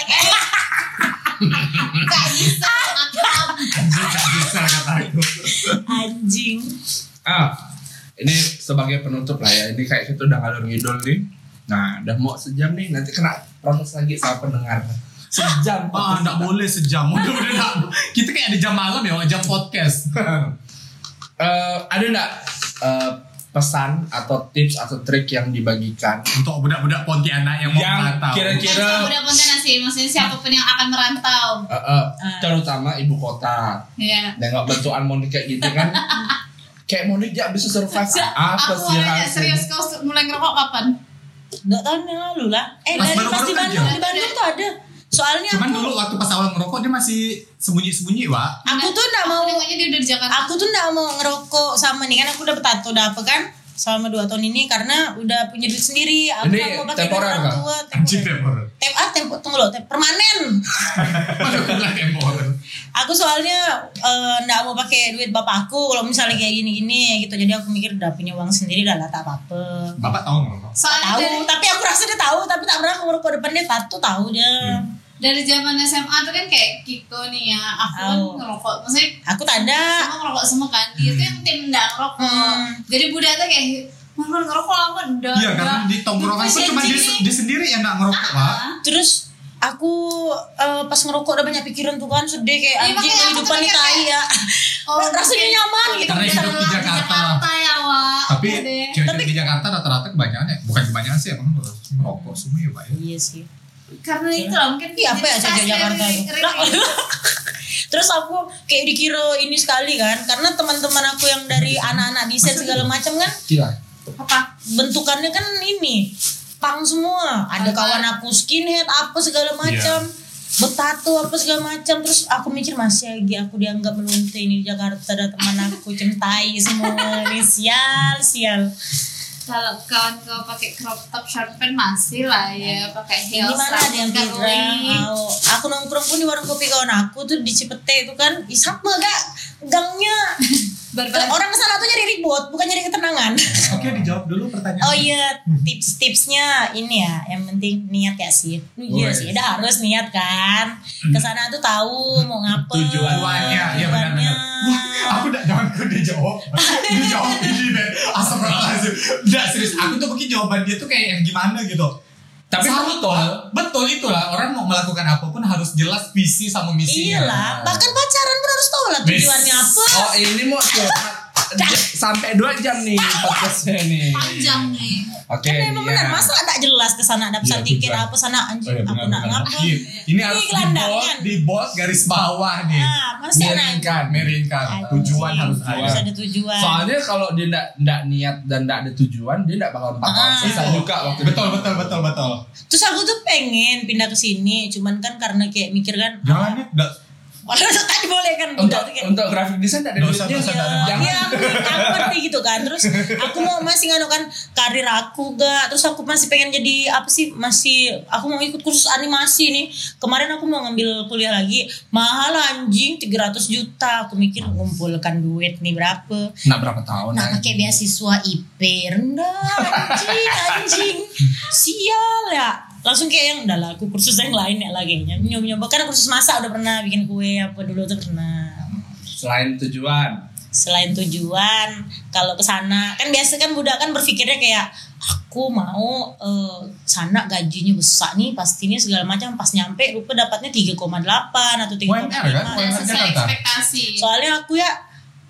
Kak Gisel. Anjing Kak Gisel kata aku. Anjing. Ah, ini sebagai penutup lah ya. Ini kayak kita udah ngalur ngidul nih. Nah, udah mau sejam nih. Nanti kena protes lagi sama pendengar. Sejam. Ah, enggak boleh sejam. Udah udah enggak. Kita kayak ada jam malam ya, jam podcast. Eh, ada enggak eh, pesan atau tips atau trik yang dibagikan Untuk budak-budak Pontianak yang mau yang merantau. kira-kira Kan udah Pontianak sih, maksudnya siapapun yang akan merantau. eh, eh, terutama ibu kota. Iya. Nengok bentukan Monik kayak gitu kan. Kayak Monik gak bisa survive. Se- Apa aku sih mau nanya, hasilnya? serius kau mulai ngerokok kapan? Dua tahun yang lalu lah. Eh Pas dari baru-baru pas di kerja. Bandung, di Bandung tuh ada. Soalnya Cuman aku, dulu waktu pas awal ngerokok dia masih sembunyi-sembunyi, Wak. aku tuh nggak mau, Nengoknya dia udah di Jakarta. aku tuh nggak mau ngerokok sama nih kan aku udah tato udah apa kan selama dua tahun ini karena udah punya duit sendiri. Aku Ini nggak mau pakai duit temporer orang kah? tua. Anjing Temporer. temporer. Tem ah tempo tunggu loh, tem permanen. Mana bilang temporer. Aku soalnya eh, nggak mau pakai duit bapak aku kalau misalnya kayak gini-gini gitu. Jadi aku mikir udah punya uang sendiri dah lah tak apa-apa. Bapak tahu ngerokok? Soalnya Tahu, dari, tapi aku rasa dia tahu, tapi tak pernah aku ngerokok depan dia tato tahu dia. dari zaman S M A tuh kan kayak Kiko nih ya, aku kan Tahu. ngerokok. Maksudnya Aku tak ada. semua ngerokok semua kan. Dia tuh yang tim nggak ngerokok. Hmm. Jadi Budak tuh kayak mana ngerokok lama udah. Iya, karena di tongkrongan Terus tuh cuma dia, anjing dia sendiri yang nggak ngerokok, Wak. Terus aku eh, pas ngerokok udah banyak pikiran tuh kan sedih kayak Iya, anjing makanya aku kehidupan tuh nih mikir tai kayak, ya. Oh, rasanya mungkin- nyaman gitu. Karena bisa hidup di lelah. Jakarta. Jakarta ya, Wak. Tapi Oke deh. cewek-cewek di Jakarta rata-rata kebanyakan ya, bukan kebanyakan sih emang ngerokok semua ya, Pak ya. Iya sih. Karena itu lah mungkin Iya apa ya jadi cewek stasiun Jakarta re- tuh. re- Terus aku kayak dikira ini sekali kan karena teman-teman aku yang dari anak-anak desain segala macam kan Gila. apa? bentukannya kan ini pang semua. Ada Apa? kawan aku skinhead apa segala macam. Bertato apa segala macam. Terus aku mikir masih lagi aku dianggap melunte ini di Jakarta ada teman aku centai semua ini sial sial. Kalau kawan kau pakai crop top short pants masih lah ya, pakai heels Gimana ada yang rambut bilang curly. mau aku nongkrong pun di warung kopi kawan aku tuh di Cipete itu kan ih sama gak gangnya. Berbeda. Orang kesana tuh nyari ribut bukan nyari ketenangan. Oke, dijawab dulu pertanyaan. Oh iya, tips-tipsnya ini ya, yang penting niat ya sih. Iya Oh, sih, iya. udah harus niat kan. Kesana tuh tahu mau ngapa. Tujuannya, iya benar-benar. Wah, aku udah jangan kau dia jawab. Dia jawab ini deh. Astagfirullahaladzim. Udah serius, aku tuh mungkin jawaban dia tuh kayak yang gimana gitu. Tapi Sama, betul. Pak. Betul itulah, orang mau melakukan apapun harus jelas visi sama misinya. Iyalah, bahkan pacaran pun harus tahu lah tujuannya apa. Oh ini mau curhat sampai dua jam nih podcastnya nih. Panjang nih. Oke. Kan emang Nia. benar, masa ada jelas ke sana ada pesan Iya, tiket tujuan. apa sana Oh, anjing iya, aku nak benar-benar. ngapa. Iya, ini harus di bold, gelandangan. di bold garis bawah nih. Ah, masih ada. Miringkan, miringkan. Tujuan harus harus ada. ada tujuan. Soalnya kalau dia ndak ndak niat dan ndak ada tujuan, dia ndak bakal empat tahun Ah. selesai juga waktu Betul, betul, betul, betul. Terus aku tuh pengen pindah ke sini, cuman kan karena kayak mikir kan, Jangan nih, enggak. walau tadi boleh kan Untuk udah tuh kayak, untuk grafik desain ndak ada Nggak usah, duitnya. nggak usah, nggak ada. Jangan. Iya, aku, aku ngerti gitu kan. Terus aku mau masih nganu kan karir aku gak. Terus aku masih pengen jadi apa sih? Masih aku mau ikut kursus animasi nih. Kemarin aku mau ngambil kuliah lagi. Mahal anjing tiga ratus juta. Aku mikir ngumpulkan duit nih berapa. Nggak berapa tahun. Nah ya. pakai beasiswa I P rendah anjing anjing sial ya langsung kayak yang udah lah aku kursus yang lain ya lagi nyoba-nyoba kan kursus masak udah pernah bikin kue apa dulu tuh pernah. Selain tujuan. Selain tujuan kalau ke sana kan biasa kan budak kan berpikirnya kayak aku mau uh, sana gajinya besar nih pastinya segala macam pas nyampe rupa dapatnya tiga koma delapan atau tiga U M koma R kan? lima. U M R Sesuai Jakarta. ekspektasi. Soalnya aku ya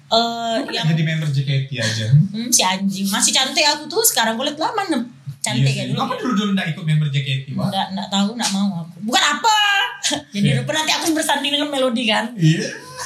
uh, Yang yang jadi member J K T aja. Hmm, si anjing masih cantik aku tuh sekarang kulit lama nem cantik Iya ya sih. dulu. Kamu dulu dulu enggak ikut member J K T, Pak? Nggak nggak tahu nggak mau aku. Bukan apa. Jadi Iya. rupa nanti aku bersanding dengan melodi kan. Iya.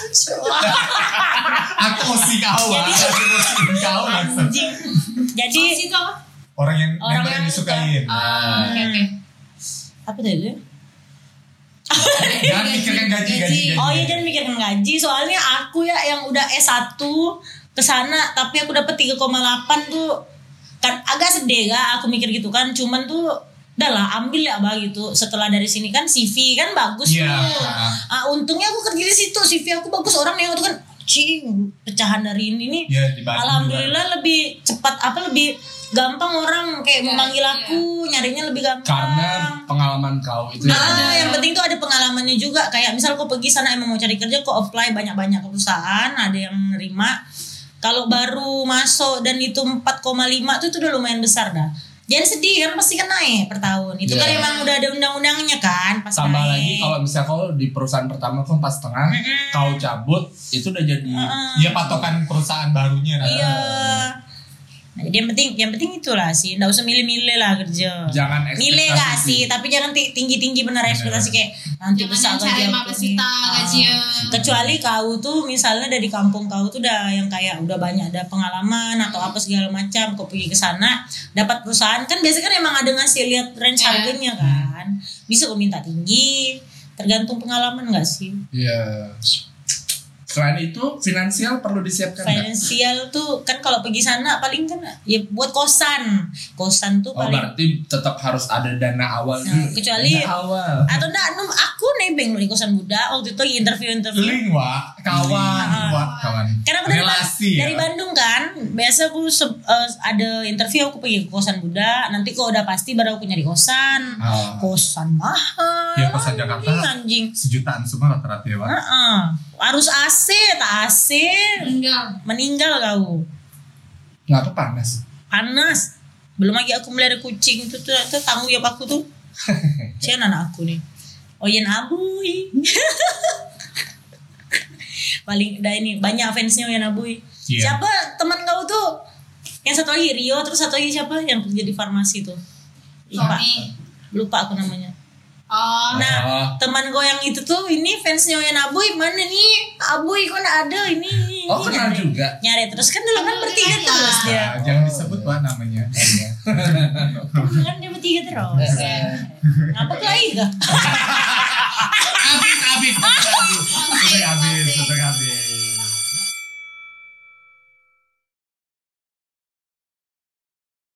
Aku osi kau, Pak. Jadi- Aku osi kau langsung. Anjing. Jadi Sosi itu apa? Orang yang Orang member yang yang disukain. Ah, oke oke. apa tadi? Jangan mikirkan gaji, gaji, gaji. Oh iya jangan mikirkan gaji. Soalnya aku ya yang udah S satu ke sana tapi aku dapat tiga koma delapan tuh kan agak sedih gak aku mikir gitu kan. Cuman tuh udah lah ambil ya bah gitu. Setelah dari sini kan C V kan bagus Iya. tuh. Ah, untungnya aku kerja di situ C V aku bagus orang yang tuh kan cing pecahan dari ini nih. Iya, di Bandung Alhamdulillah lebih cepat apa lebih gampang orang kayak Iya, memanggil iya. aku nyarinya lebih gampang. Karena pengalaman kau itu. ya. Ah, yang penting tuh ada pengalamannya juga. Kayak misal kau pergi sana emang mau cari kerja, kau apply banyak-banyak perusahaan, ada yang nerima. Kalau baru masuk dan itu empat koma lima tuh itu udah lumayan besar dah. Jangan sedih kan pasti kan naik per tahun. Itu kan Yeah. emang udah ada undang-undangnya kan pasti Tambah naik. lagi kalau misalnya kau di perusahaan pertama kau empat setengah, Mm-mm. kau cabut itu udah jadi Iya patokan perusahaan barunya. Nah. Iya. Nah, jadi yang penting, yang penting itulah sih, nggak usah milih-milih lah kerja. jangan Milih ekspektasi gak sih, tapi jangan ti- tinggi-tinggi bener ekspektasi kayak nanti besar Jangan cari gaji lima aku belas nih. juta Ah. gajian. Kecuali kau tuh misalnya dari kampung kau tuh udah yang kayak udah banyak ada pengalaman atau apa segala macam, kau pergi ke sana dapat perusahaan kan biasanya kan emang ada ngasih lihat range Yeah. harganya kan, bisa kau minta tinggi, tergantung pengalaman nggak sih. Iya. Selain itu finansial perlu disiapkan nggak? Finansial tuh kan kalau pergi sana paling kan ya buat kosan, kosan tuh Oh paling. berarti tetap harus ada dana awal Nah, dulu. kecuali- dana awal. Atau enggak, Num, aku nebeng loh di kosan Buddha waktu itu interview-interview. Link wa, kawan, Ah. wa, kawan. Karena aku dari, relasi dari ya. Bandung kan, biasa aku se- eh, ada interview aku pergi ke kosan Buddha. Nanti kalau udah pasti baru aku nyari kosan. Ah. Kosan mahal. Ya, kosan Jakarta. Anjing. Sejutaan semua rata-rata ya, Pak. Heeh. Harus A C, tak A C, Enggak. meninggal kau. Nggak panas. Panas. Belum lagi aku melihara kucing itu tuh, itu tanggung jawab aku tuh. Siapa anak aku nih? Oyen Abuy. Paling udah ini banyak fansnya Oyen Abuy. Iya. Siapa teman kau tuh? Yang satu lagi Rio, terus satu lagi siapa yang kerja di farmasi tuh? Lupa. Suami. Lupa aku namanya. Oh. Nah, Oh. teman gue yang itu tuh ini fansnya Oyen Abuy, mana nih? Abuy kok nggak ada ini. Oh kenal Nyari. juga. Nyari terus kan dulu kan Oh, bertiga iya. terus dia. Nah, jangan disebut wa namanya. Kan dia bertiga terus. Ngapa kau iya? Habis habis habis.